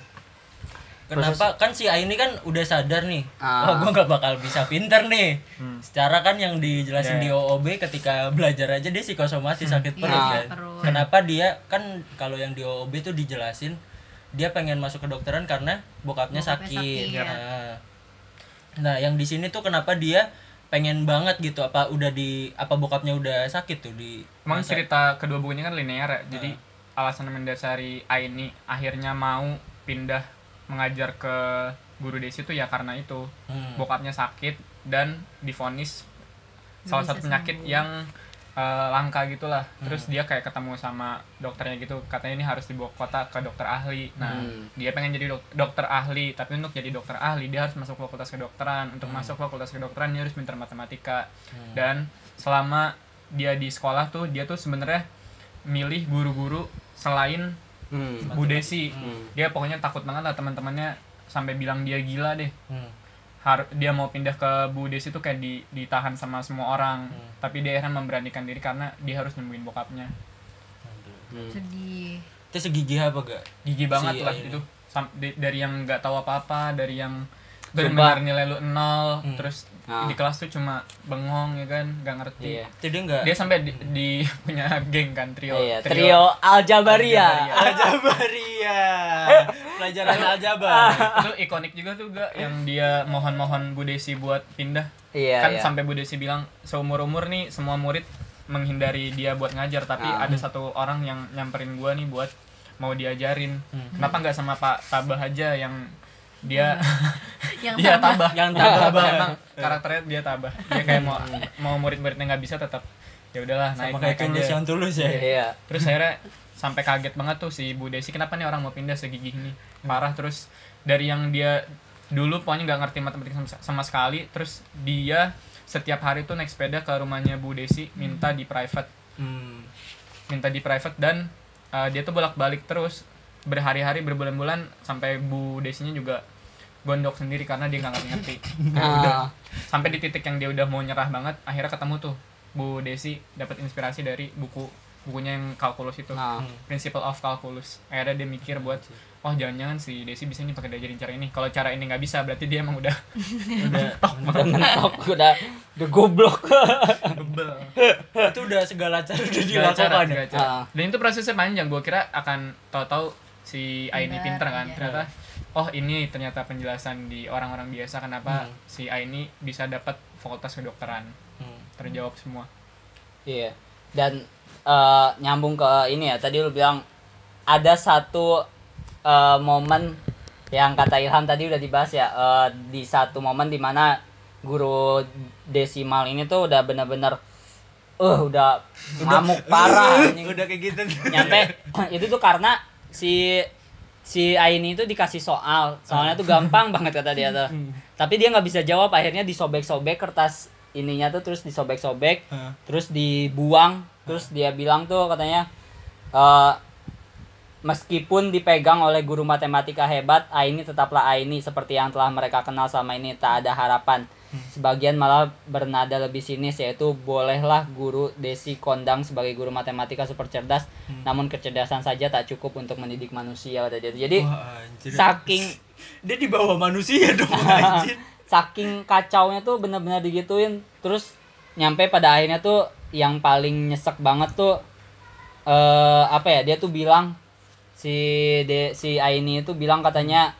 Kenapa kan si Aini kan udah sadar nih, Ah. oh gue nggak bakal bisa pinter nih. Hmm. Secara kan yang dijelasin Yeah. di O O B ketika belajar aja dia psikosomatis sakit perut Iya, kan. perut. Kenapa dia kan kalau yang di O O B tuh dijelasin dia pengen masuk kedokteran karena bokapnya, Bokapnya sakit. sakit. Nah, nah, yang di sini tuh kenapa dia pengen banget gitu, apa udah di apa bokapnya udah sakit tuh di Emang masa- cerita kedua buku ini kan linear ya. Jadi alasan mendasari Aini akhirnya mau pindah mengajar ke Guru Desi itu ya karena itu. Hmm. Bokapnya sakit dan divonis salah bisa satu penyakit sembuh. yang eh, langka gitulah. Terus dia kayak ketemu sama dokternya gitu, katanya ini harus dibawa ke kota ke dokter ahli. Nah, Hmm. dia pengen jadi dok- dokter ahli, tapi untuk jadi dokter ahli dia harus masuk fakultas kedokteran. Untuk masuk fakultas kedokteran dia harus pintar matematika. Dan selama dia di sekolah tuh dia tuh sebenarnya milih guru-guru selain Hmm. Bu Desi. Hmm. Dia pokoknya takut banget lah teman-temannya sampai bilang dia gila deh. Hmm. Har dia mau pindah ke Bu Desi tuh kayak di, ditahan sama semua orang. Hmm. Tapi dia akhirnya memberanikan diri karena dia harus nyembuhin bokapnya. Hmm. Sedih. Itu segigih apa gak? Gigi banget Si lah Aini. itu. Sam- di- dari yang nggak tahu apa-apa, dari yang Sumpah. benar nilai lu nol, Hmm. terus Ah. di kelas tuh cuma bengong ya kan, nggak ngerti. Iya. Itu dia enggak Dia sampai di, di punya geng kan trio. Iya, trio Aljabaria. Aljabaria. Pelajaran aljabar. Itu ikonik juga tuh gak yang dia mohon-mohon Bu Desi buat pindah. Iya, Kan iya. sampai Bu Desi bilang seumur-umur nih semua murid menghindari dia buat ngajar, tapi Ah. ada satu orang yang nyamperin gua nih buat mau diajarin. Hmm. Kenapa nggak sama Pak Tabah aja yang dia Yang dia tambah. tabah Yang tabah banget. emang karakternya dia tabah, dia kayak mau mau murid-muridnya nggak bisa tetap ya udahlah naik Sama naik kayak tulus aja. yang tulus ya. Iya. Terus akhirnya sampai kaget banget tuh si Bu Desi, kenapa nih orang mau pindah segigih ini, parah. Terus dari yang dia dulu pokoknya nggak ngerti matematika sama, sama sekali, terus dia setiap hari tuh naik sepeda ke rumahnya Bu Desi minta di private Hmm. minta di private dan uh, dia tuh bolak-balik terus berhari-hari berbulan-bulan sampai Bu Desinya juga gondok sendiri karena dia nggak ngerti-ngerti. Kayak Ah. udah sampai di titik yang dia udah mau nyerah banget, akhirnya ketemu tuh Bu Desi, dapat inspirasi dari buku bukunya yang kalkulus itu, Nah. Principle of Calculus. Akhirnya dia mikir buat oh jangan-jangan si Desi bisa nih pakai diajarin cara ini. Kalau cara ini nggak bisa berarti dia emang udah udah tok Udah mentok, udah udah goblok. bebel. Itu udah segala cara udah Segala cara, dilakukan. segala ya? cara. Ah. Dan itu prosesnya panjang. Gue kira akan tahu-tahu si Aini Pinter, pinter kan. iya. Ternyata oh ini ternyata penjelasan di orang-orang biasa kenapa Hmm. si Aini bisa dapat fakultas kedokteran. Hmm. Terjawab semua. Iya. Dan eh, nyambung ke ini ya, tadi lu bilang ada satu eh, momen yang kata Ilham tadi udah dibahas ya, eh, di satu momen dimana guru desimal ini tuh udah bener-bener uh udah ngamuk parah anjing. Udah kayak gitu. Nyampe itu tuh karena si si Aini itu dikasih soal, soalnya tuh gampang banget kata dia tuh. Tapi dia nggak bisa jawab, akhirnya disobek-sobek kertas ininya tuh, terus disobek-sobek, terus dibuang, terus dia bilang tuh katanya e, meskipun dipegang oleh guru matematika hebat, Aini tetaplah Aini seperti yang telah mereka kenal selama ini, tak ada harapan. Sebagian malah bernada lebih sinis, yaitu bolehlah guru Desi kondang sebagai guru matematika super cerdas, hmm. namun kecerdasan saja tak cukup untuk mendidik manusia kata dia. Jadi wah, saking dia di bawah manusia dong anjir. Saking kacaunya tuh benar-benar digituin, terus nyampe pada akhirnya tuh yang paling nyesek banget tuh eh apa ya, dia tuh bilang si de, si Aini itu bilang katanya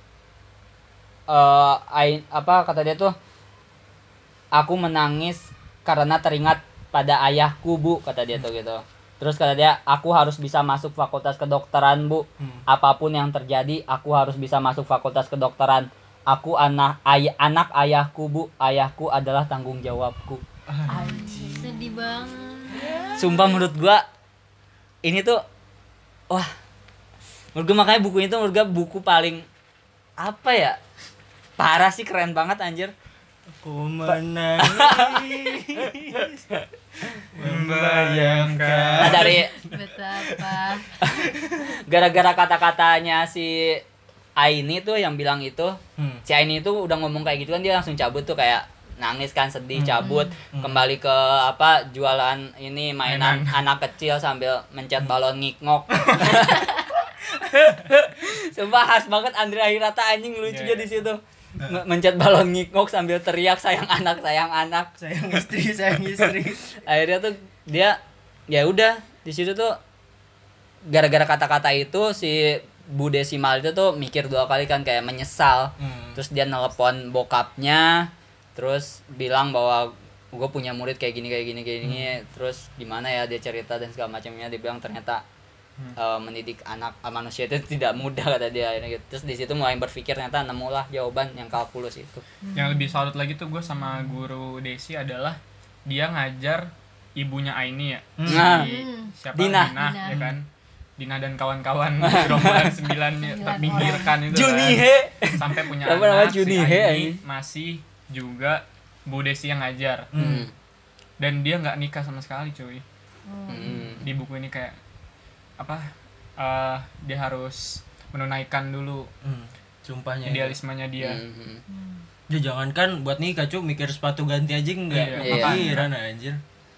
eh Ain, apa kata dia tuh, aku menangis karena teringat pada ayahku bu, kata dia tuh gitu. Terus kata dia, aku harus bisa masuk fakultas kedokteran bu, hmm. apapun yang terjadi aku harus bisa masuk fakultas kedokteran. Aku anak ay anak ayahku bu, ayahku adalah tanggung jawabku. Anjir, sedih banget. Sumpah menurut gua ini tuh wah, menurut gua makanya buku itu menurut gua buku paling apa ya, parah sih, keren banget anjir. Aku menangis membayangkan. Nah, dari betapa gara-gara kata-katanya si Aini tuh yang bilang itu, hmm. si Aini itu udah ngomong kayak gitu kan, dia langsung cabut tuh, kayak nangis kan, sedih, cabut, hmm. kembali ke apa jualan ini mainan Mainan. anak kecil sambil mencet balon ngikngok. Sumpah khas banget Andrea Hirata anjing, lucunya yeah. di situ. M- mencet balon ngikngok sambil teriak sayang anak sayang anak sayang istri sayang istri. Akhirnya tuh dia ya udah di situ tuh gara-gara kata-kata itu si Bu Desimal itu tuh mikir dua kali kan, kayak menyesal. hmm. Terus dia nelpon bokapnya, terus bilang bahwa gue punya murid kayak gini kayak gini kayak gini. hmm. Terus gimana ya dia cerita dan segala macamnya, dia bilang ternyata Hmm. Uh, mendidik anak uh, manusia itu tidak mudah kata dia gitu. Terus di situ mulai berpikir, ternyata nemulah jawaban yang kalkulus itu. Hmm. Yang lebih salut lagi tuh gue sama guru Desi adalah dia ngajar ibunya Aini ya. Hmm. Nah, si, siapa? Dina. Dina, Dina. ya kan. Dina dan kawan-kawan gerombolan sembilan terpinggirkan itu. Junihe kan. Sampai punya Siapa anak si Aini masih juga Bu Desi yang ngajar. Hmm. Dan dia nggak nikah sama sekali cuy. Hmm. Di buku ini kayak apa uh, dia harus menunaikan dulu hmm, sumpahnya idealismenya dia. Hmm. Ya jangankan buat nikah cuy, mikir sepatu ganti aja enggak iya, kepikiran iya. anjir.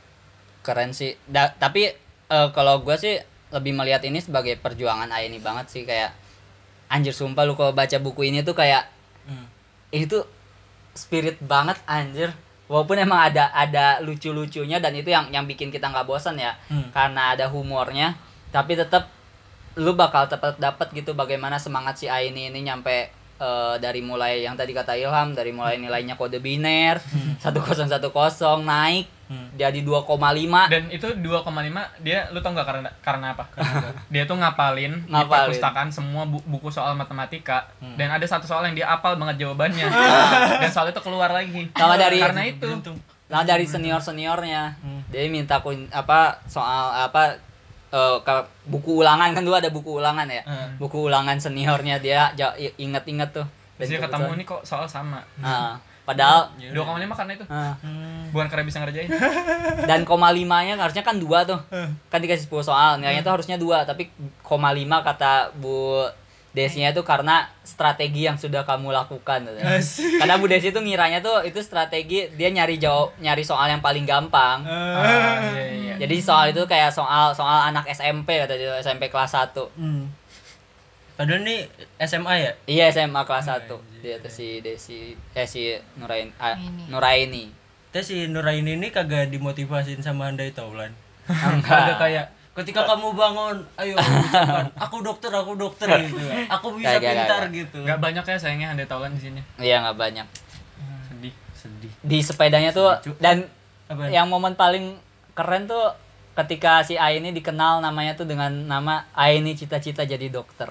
Keren sih. Da- tapi uh, kalau gue sih lebih melihat ini sebagai perjuangan Aini banget sih, kayak anjir sumpah lu kalau baca buku ini tuh kayak hmm. ini tuh spirit banget anjir. Walaupun emang ada ada lucu-lucunya dan itu yang yang bikin kita nggak bosan ya, hmm. karena ada humornya. Tapi tetap lu bakal tetap dapat gitu bagaimana semangat si Aini ini nyampe uh, dari mulai yang tadi kata Ilham, dari mulai nilainya kode biner satu nol satu nol naik hmm. jadi dua koma lima. Dan itu dua koma lima dia lu tau nggak karena karena apa? Karena dia tuh ngapalin, ngapalin di perpustakaan semua bu- buku soal matematika hmm. dan ada satu soal yang dia apal banget jawabannya. Dan soal itu keluar lagi. Sama dari karena itu. Nah dari senior-seniornya. Hmm. Dia minta kun apa soal apa Uh, ke buku ulangan kan, dulu ada buku ulangan ya, hmm. buku ulangan seniornya dia ja, inget-inget tuh. Dan dia ketemu nih kok soal sama. Nah, padahal dua koma lima karena itu, uh, bukan karena bisa ngerjain. Dan koma limanya harusnya kan dua tuh, kan dikasih sepuluh soal, nilainya tuh harusnya dua, tapi koma lima kata Bu Desinya itu karena strategi yang sudah kamu lakukan. Karena Bu Desi itu ngiranya tuh itu strategi dia nyari jawab nyari soal yang paling gampang. Ah, iya, iya. Jadi soal itu kayak soal soal anak S M P kata dia, S M P kelas satu. Hmm. Padahal nih S M A ya? Iya, S M A kelas satu. Dia tuh si Desi eh si Nuraini ah, Nuraini. Terus si Nuraini ini kagak dimotivasin sama Handai Taulan. Enggak kayak ketika kamu bangun, ayo ucapkan, aku dokter, aku dokter gitu. Aku bisa gak, pintar gak, gak. gitu. Gak banyak ya sayangnya Handai Taulan di sini. Iya, nggak banyak. Sedih, sedih. Di sepedanya tuh sedih, dan apa? Yang momen paling keren tuh ketika si Aini dikenal namanya tuh dengan nama Aini cita-cita jadi dokter.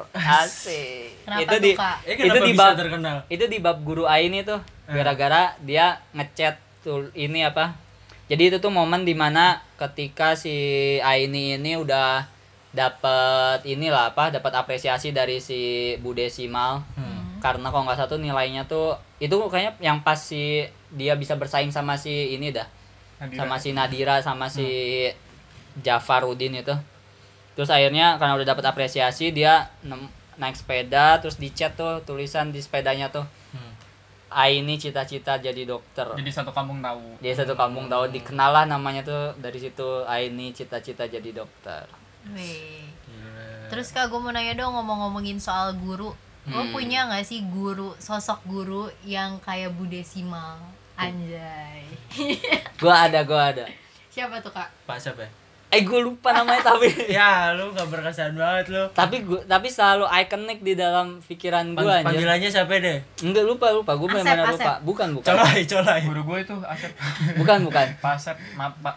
Asik. Kenapa itu tuh, di Kak? Eh, itu di bab terkenal? Itu di bab guru Aini tuh. Gara-gara dia ngechat tuh ini apa? Jadi itu tuh momen dimana ketika si Aini ini udah dapat inilah apa dapat apresiasi dari si Bu Desimal. Hmm. Karena kalau nggak salah tuh nilainya tuh itu kayaknya yang pas si dia bisa bersaing sama si ini dah Nadira. Sama si Nadira sama si hmm. Jafarudin itu. Terus akhirnya karena udah dapat apresiasi dia naik sepeda terus dicat tuh tulisan di sepedanya tuh hmm. Aini cita-cita jadi dokter. Jadi satu kampung tahu. Jadi satu kampung tahu dikenal lah namanya tuh dari situ Aini cita-cita jadi dokter. Wih. Yeah. Terus Kak, gue mau nanya dong ngomong-ngomongin soal guru. Hmm. Lo punya nggak sih guru sosok guru yang kayak Bu Desimal? Anjay. Gua ada, gua ada. Siapa tuh Kak? Pak siapa? Eh gue lupa namanya tapi ya lu gak berkesan banget lu. Tapi gua tapi selalu ikonik di dalam pikiran gua anjir. Panggilannya siapa deh? Enggak lupa lupa gua benar-benar lupa. Bukan bukan. Colai colai. Guru gue itu Asep. Bukan bukan. Pak Asep, maaf Pak.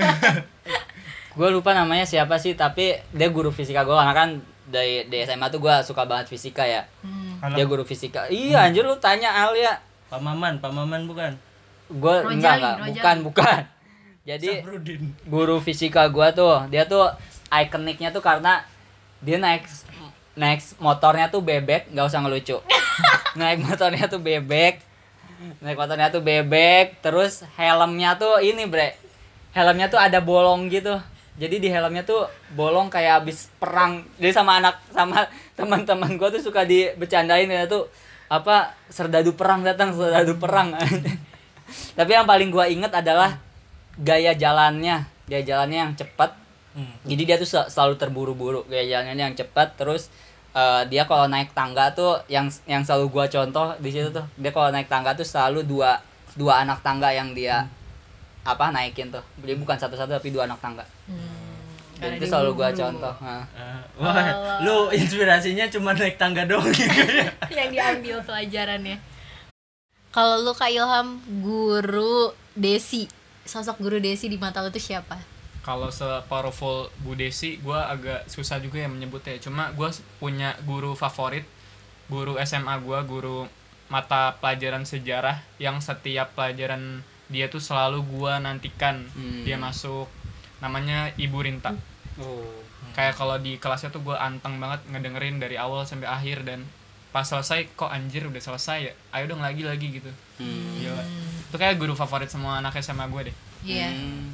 Gue lupa namanya siapa sih tapi dia guru fisika gua karena kan dari di S M A tuh gua suka banget fisika ya. Hmm. Dia guru fisika. Iya anjir lu tanya Alia. Pak Maman, Pak Maman bukan. Gua enggak enggak, bukan bukan. Jadi Sabrudin. Guru fisika gua tuh, dia tuh ikoniknya tuh karena dia naik naik motornya tuh bebek, nggak usah ngelucu. Naik motornya tuh bebek. Naik motornya tuh bebek, terus helmnya tuh ini, Bre. Helmnya tuh ada bolong gitu. Jadi di helmnya tuh bolong kayak habis perang. Jadi sama anak sama teman-teman gua tuh suka dibecandain kayak tuh apa serdadu perang datang, serdadu perang. Tapi yang paling gua inget adalah gaya jalannya, gaya jalannya yang cepat. Hmm. Jadi dia tuh selalu terburu-buru, gaya jalannya yang cepat. Terus uh, dia kalau naik tangga tuh yang yang selalu gua contoh di situ tuh, dia kalau naik tangga tuh selalu dua dua anak tangga yang dia hmm. apa naikin tuh. Jadi bukan satu-satu tapi dua anak tangga. Hmm. Dan itu selalu gua contoh. Nah. Uh, wah, lu inspirasinya cuma naik tangga doang gitu ya. Yang diambil pelajarannya. Kalau lu Kak Ilham, guru Desi, sosok guru Desi di mata lu tuh siapa? Kalau se-powerful Bu Desi, gue agak susah juga ya menyebutnya. Cuma gue punya guru favorit, guru S M A gue, guru mata pelajaran sejarah yang setiap pelajaran dia tuh selalu gue nantikan hmm. dia masuk. Namanya Ibu Rinta. Oh. Kayak kalau di kelasnya tuh gue anteng banget ngedengerin dari awal sampai akhir dan pas selesai kok anjir udah selesai ya. Ayo dong lagi-lagi gitu. Hmm. Gila. Itu kayak guru favorit semua anak S M A gue deh. Iya. Yeah. Hmm.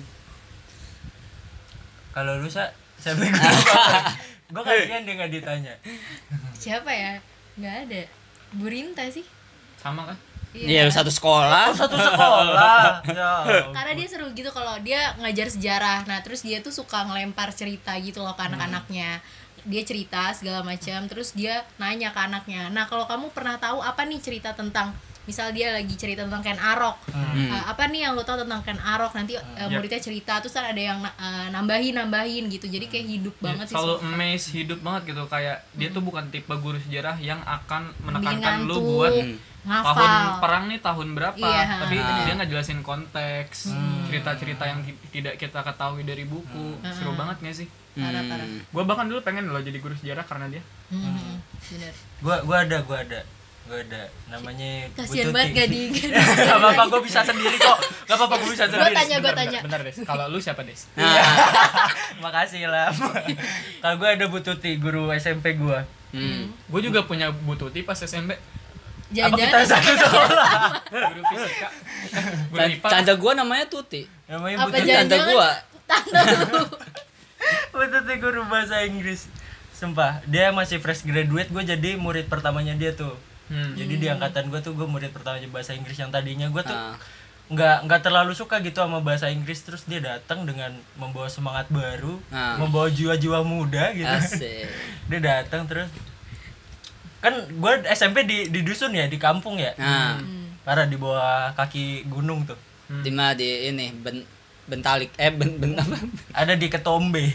Kalau lu sa, siapa guru? Gue kasihan dia nggak ditanya. Siapa ya? Nggak ada. Bu Rinta sih. Sama kan? Iya, yeah. satu sekolah. Oh, satu sekolah. Ya. Karena dia seru gitu kalau dia ngajar sejarah. Nah, terus dia tuh suka ngelempar cerita gitu loh ke anak-anaknya. Dia cerita segala macam, terus dia nanya ke anaknya. Nah, kalau kamu pernah tahu apa nih cerita tentang, misal dia lagi cerita tentang Ken Arok, hmm. uh, apa nih yang lo tahu tentang Ken Arok? Nanti uh, muridnya cerita, terus kan ada yang uh, nambahin nambahin gitu. Jadi kayak hidup ya, banget sih. Kalau amazed hidup banget gitu, kayak hmm. dia tuh bukan tipe guru sejarah yang akan menekankan lu buat ngafal. Tahun perang nih tahun berapa, iya. tapi ah. dia ngejelasin konteks, hmm. cerita-cerita yang t- tidak kita ketahui dari buku. hmm. Seru banget gak sih? Parah-parah. Hmm. Gue bahkan dulu pengen loh jadi guru sejarah karena dia. Hmm. Bener. Gua gua ada, gua ada. Gua ada namanya kasian banget gak di gak apa-apa gue bisa sendiri kok. Gak apa-apa gue bisa sendiri. Gue tanya, gue tanya. Bentar, bentar Des. Kalau lu siapa Des? Nah. Makasih lah. Kalau gue ada Bu Tuti, guru S M P gue. Hmm. Gue juga punya Bu Tuti pas S M P. Apa kita satu sekolah? Guru fisika. Guru I P A. Tante gua namanya Tuti. Namanya apa Bu Tuti. Tante gua. Tante lu. Bu Tuti guru bahasa Inggris. Sumpah, dia masih fresh graduate, gue jadi murid pertamanya dia tuh. Hmm. Jadi di angkatan gue tuh gue murid pertamanya bahasa Inggris yang tadinya gue tuh ah. nggak nggak terlalu suka gitu sama bahasa Inggris, terus dia datang dengan membawa semangat baru, ah. membawa jiwa-jiwa muda gitu. Asik. Dia datang terus kan gue S M P di di dusun ya, di kampung ya. Ah. Parah di bawah kaki gunung tuh. Hmm. Di mana di ini ben, Bentalik eh ben, ben apa? Ada di Ketombe.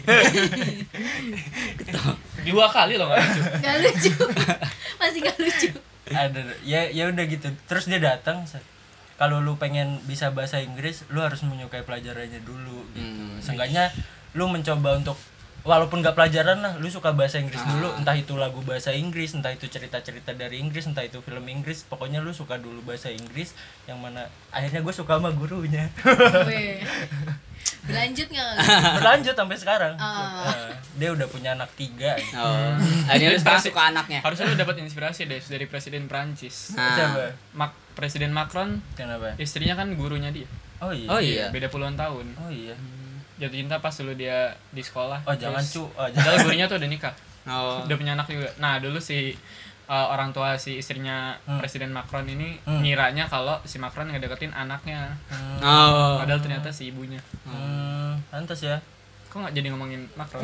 Dua kali loh nggak lucu. Nggak lucu. Masih nggak lucu. Ada ya ya udah gitu. Terus dia datang, kalau lu pengen bisa bahasa Inggris, lu harus menyukai pelajarannya dulu gitu. Hmm. Seenggaknya lu mencoba untuk walaupun nggak pelajaran lah, lu suka bahasa Inggris Ah. dulu, entah itu lagu bahasa Inggris, entah itu cerita-cerita dari Inggris, entah itu film Inggris, pokoknya lu suka dulu bahasa Inggris, yang mana akhirnya gue suka sama gurunya. Weh. Berlanjut nggak? Berlanjut sampai sekarang. Ah. Eh, dia udah punya anak tiga. Oh. Akhirnya lu sekarang suka anaknya. Harusnya lu dapat inspirasi deh dari presiden Prancis. Nah. Siapa? Mak Presiden Macron, Kenapa? istrinya kan gurunya dia. Oh iya. Oh iya. Beda puluhan tahun. Oh iya. Jatuh cinta pas dulu dia di sekolah. Oh jangan Terus- cu. Oh, jangan. Padahal gurunya tuh udah nikah. Oh. Udah punya anak juga. Nah, dulu si uh, orang tua si istrinya Hmm. Presiden Macron ini Hmm. ngiranya kalau si Macron ngedeketin anaknya. Hmm. Oh. Padahal ternyata si ibunya. Hmm, pantas ya. Kok nggak jadi ngomongin Macron?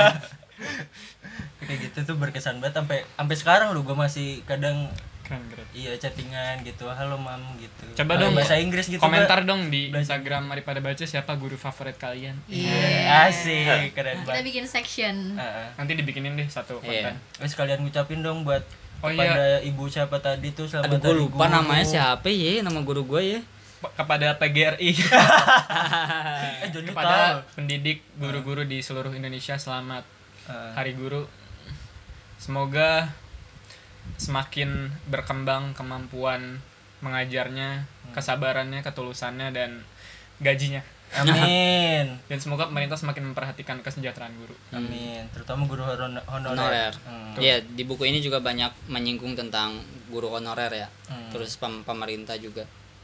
Kayak gitu tuh berkesan banget sampai sampai sekarang lu gua masih kadang Keren, keren. iya chattingan gitu, halo mam gitu. Coba Kalau dong, bahasa Inggris gitu. Komentar Mbak. dong di Belajar. Instagram Mari Pada Baca siapa guru favorit kalian. Iya. Asik, keren Kita banget. bikin section. Heeh. Nanti dibikinin deh satu Iya. konten. Wes kalian ngucapin dong buat Oh kepada ibu siapa tadi tuh selamat Aduh, gue hari lupa guru. namanya siapa ya, nama guru gue ya. P- Kepada P G R I, Eh Joni kepada tahu. pendidik guru-guru di seluruh Indonesia, selamat Heeh. Hari Guru. Semoga semakin berkembang kemampuan mengajarnya, kesabarannya, ketulusannya, dan gajinya. Amin. Dan semoga pemerintah semakin memperhatikan kesejahteraan guru. Amin. Terutama guru honon- honorer. Honorer. Hmm. Iya, di buku ini juga banyak menyinggung tentang guru honorer ya. Hmm. Terus pem- pemerintah juga.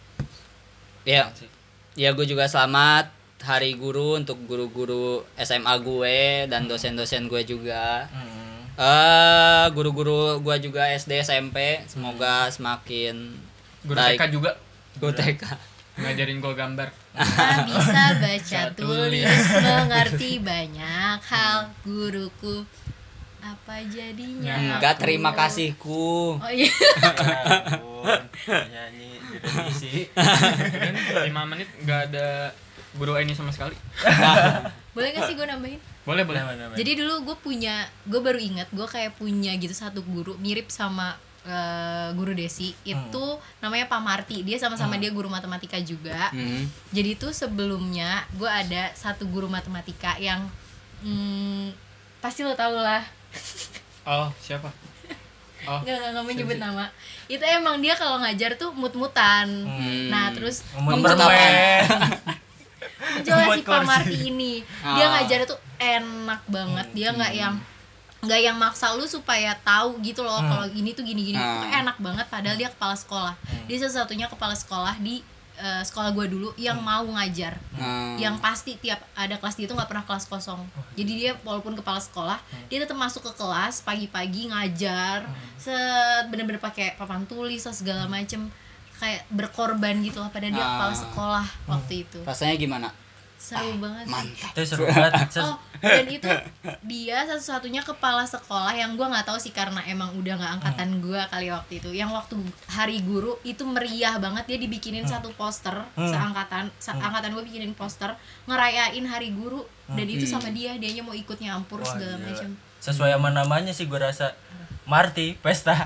Ya, ya gue juga selamat Hari Guru untuk guru-guru S M A gue dan dosen-dosen gue juga. Hmm. Eh, guru-guru gue juga S D S M P, semoga semakin Guru baik. T K juga Guru T K. ngajarin gue gambar. Ah, bisa baca Tulis. tulis mengerti banyak hal guruku apa jadinya Enggak, aku? terima kasihku. Oh iya. Ya ampun. Nyanyi direvisi. Dan lima menit nggak ada guru ini sama sekali. Boleh gak sih gue nambahin? Boleh, boleh. Nama-nama. Jadi dulu gue punya, gue baru ingat gue kayak punya gitu satu guru mirip sama eh, guru Desi. Itu namanya Pak Marti. Dia sama-sama dia guru matematika juga. Hmm. Jadi tuh sebelumnya gue ada satu guru matematika yang hmm, pasti lo tau lah. Oh, siapa? Oh, Nggak, nggak, nggak menyebut nama. Itu emang dia kalau ngajar tuh mut-mutan. Hmm. Nah terus Ngomong muncul permen. muncullah Buat si Pak kursi. Marti ini. Dia Ah. ngajar tuh enak banget. Dia nggak yang nggak yang maksa lu supaya tahu gitu loh kalau ini tuh gini-gini. Ah. Tuh enak banget padahal dia kepala sekolah. Dia satu-satunya kepala sekolah di eh, sekolah gua dulu yang mau ngajar. Hmm. Yang pasti tiap ada kelas dia tuh nggak pernah kelas kosong. Jadi dia walaupun kepala sekolah, dia tetap masuk ke kelas pagi-pagi ngajar, set bener-bener pakai papan tulis lah segala macem, kayak berkorban gitu lah pada dia Ah. kepala sekolah waktu itu. Rasanya gimana? Seru banget. Mantap. Itu seru banget. Ses- Oh, dan itu dia satu-satunya kepala sekolah yang gua nggak tahu sih karena emang udah nggak angkatan gua kali waktu itu. Yang waktu hari guru itu meriah banget, dia dibikinin satu poster seangkatan, seangkatan gua bikinin poster ngerayain hari guru dan itu sama dia, dianya mau ikut nyampur Wah, segala gila. macam. Sesuai sama namanya sih gue rasa Marti pesta.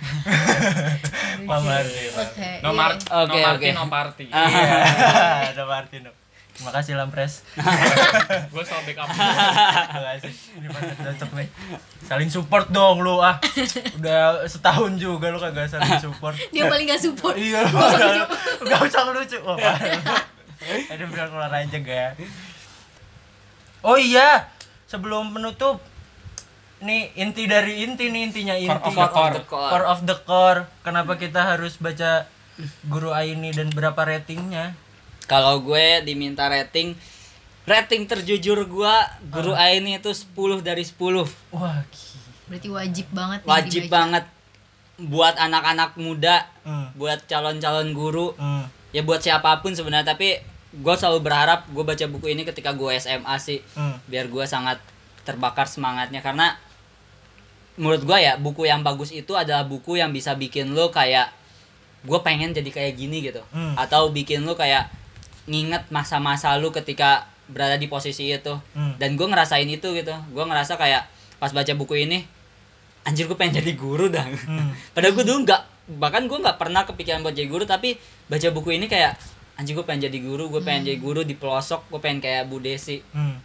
Pak Marti. Pak. Oke. no iya. Mart, Oke, no Marti, oke. no party. Iya, ada Marti no. Terima kasih Lampres. Gue soal backup. Terima kasih. Ini banget cocok nih. Saling support dong lu ah. Udah setahun juga lu kagak saling support. Dia paling gak support. Iya, gak usah lucu. Oh, ada bilang keluar aja gak. Oh iya, sebelum menutup, nih inti dari inti nih intinya inti. Core of the core. Core of the core. Kenapa kita harus baca Guru Aini dan berapa ratingnya? Kalau gue diminta rating, rating terjujur gue Guru Aini itu sepuluh dari sepuluh. Wah, gila. Berarti wajib banget nih Wajib dibaca. banget buat anak-anak muda, Hmm. buat calon-calon guru, Hmm. ya buat siapapun sebenarnya. Tapi gue selalu berharap gue baca buku ini ketika gue S M A sih, Hmm. biar gue sangat terbakar semangatnya. Karena menurut gue ya buku yang bagus itu adalah buku yang bisa bikin lo kayak gue pengen jadi kayak gini gitu, Hmm. atau bikin lo kayak nginget masa-masa lu ketika berada di posisi itu. Hmm. Dan gue ngerasain itu gitu, gue ngerasa kayak pas baca buku ini, anjir gue pengen jadi guru dah. Hmm. Padahal gue dulu nggak, bahkan gue nggak pernah kepikiran buat jadi guru, tapi baca buku ini kayak anjir gue pengen jadi guru, gue pengen jadi guru di pelosok, gue pengen kayak Bu Desi. Hmm.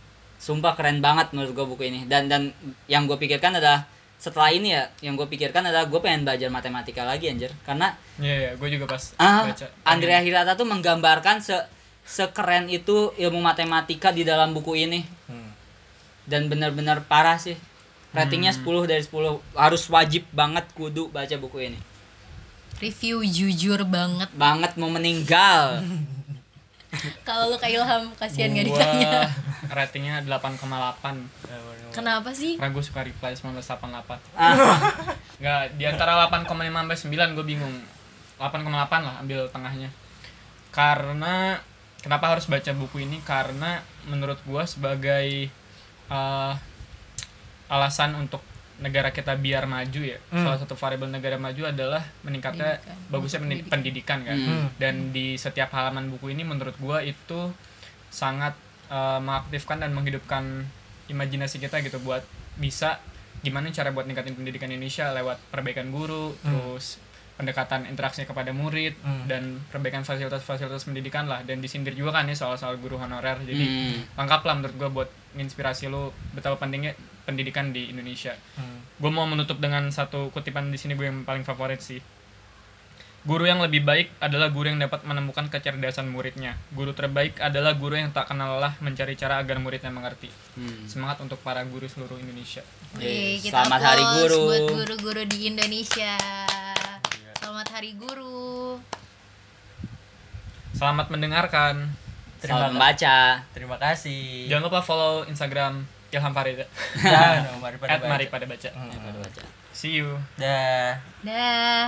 Sumpah keren banget menurut gue buku ini. Dan dan yang gue pikirkan adalah setelah ini ya, yang gue pikirkan adalah gue pengen belajar matematika lagi anjir. Karena Iya, yeah, yeah, gue juga pas ah, baca. Andrea Hirata tuh menggambarkan se sekeren itu ilmu matematika di dalam buku ini. Hmm. Dan benar-benar parah sih. Ratingnya Hmm. sepuluh dari sepuluh. Harus wajib banget kudu baca buku ini. Review jujur banget. Banget mau meninggal. Kalau lu kayak Ilham kasihan gak Gua ditanya. ratingnya delapan koma delapan. Kenapa sih? Karena gue suka reply seribu sembilan ratus delapan puluh delapan. Ah, Enggak, di antara delapan koma lima sampai sembilan gue bingung. delapan koma delapan lah, ambil tengahnya. Karena kenapa harus baca buku ini? Karena menurut gue sebagai uh, alasan untuk negara kita biar maju ya. Hmm. Salah satu variabel negara maju adalah meningkatnya Pendidikan. bagusnya pendi- pendidikan kan. Hmm. Dan di setiap halaman buku ini menurut gue itu sangat uh, mengaktifkan dan menghidupkan imajinasi kita gitu buat bisa gimana cara buat ningkatin pendidikan Indonesia lewat perbaikan guru, Hmm. terus pendekatan interaksi kepada murid Hmm. dan perbaikan fasilitas-fasilitas pendidikan lah, dan disindir juga kan ya soal-soal guru honorer. Jadi hmm. lengkap lah menurut gue buat menginspirasi lu betapa pentingnya pendidikan di Indonesia. Hmm. Gue mau menutup dengan satu kutipan di sini gue yang paling favorit sih. Guru yang lebih baik adalah guru yang dapat menemukan kecerdasan muridnya. Guru terbaik adalah guru yang tak kenal lelah mencari cara agar muridnya mengerti. Hmm. Semangat untuk para guru seluruh Indonesia. Wih, kita Selamat Hari applause Guru. buat guru-guru di Indonesia. Selamat Hari Guru. Selamat mendengarkan. Terima Salam membaca. Terima kasih. Jangan lupa follow Instagram Ilham Farida. Jangan, mari pada At baca. mari pada baca. Hmm. Pada baca. See you. Dah. Dah.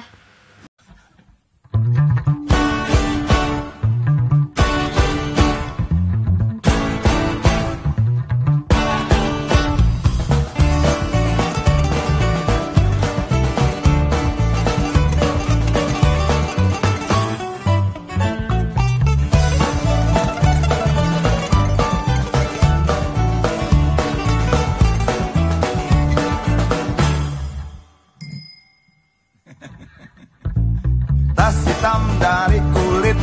Tas hitam dari kulit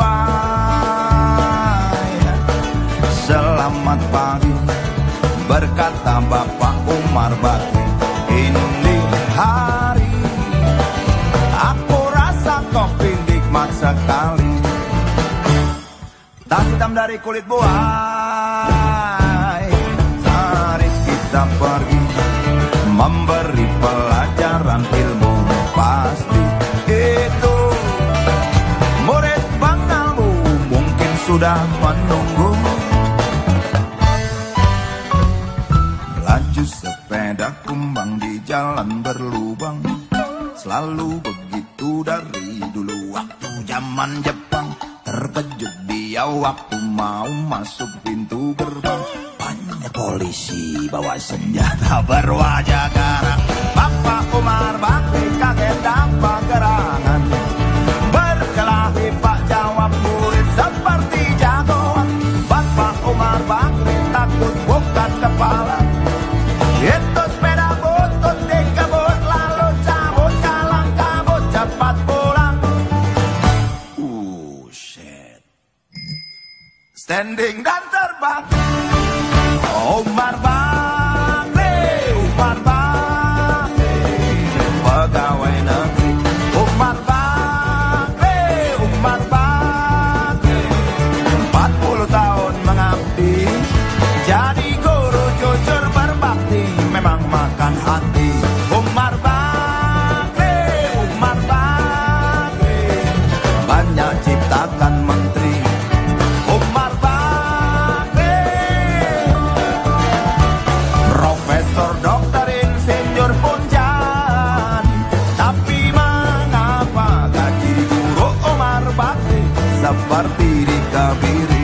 buaya. Selamat pagi, berkata Bapak Umar Bakri. Ini hari aku rasa kopi nikmat sekali. Tas hitam dari kulit buaya. Mari kita pergi memberi pelajaran ilmu pasti. Itu murid bangalmu mungkin sudah menunggu. Laju sepeda kumbang di jalan berlubang, selalu begitu dari dulu waktu zaman Jepang. Terkejut dia waktu mau masuk pintu gerbang. Banyak polisi bawa senjata berwajah garang. Bapak Umar Bakri kaget apa gerangan. Berkelahi Pak jawab murid seperti jagoan. Bapak Umar Bakri takut bukan kepala. Itu sepeda butut dikebut lalu cabut kalang kabut cepat pulang. Uh, shit. Standing dan terbang. Umar Bakri, Umar Bakri, pegawai negeri. Umar Bakri, Umar Bakri, empat puluh tahun mengabdi. Jadi guru jujur berbakti, memang makan hati. Umar Bakri, Umar Bakri, banyak ciptakan menteri. Umar Bakri, profesor, dokter, insinyur pun jadi. Tapi mengapa gaji guru Umar Bakri seperti dikebiri?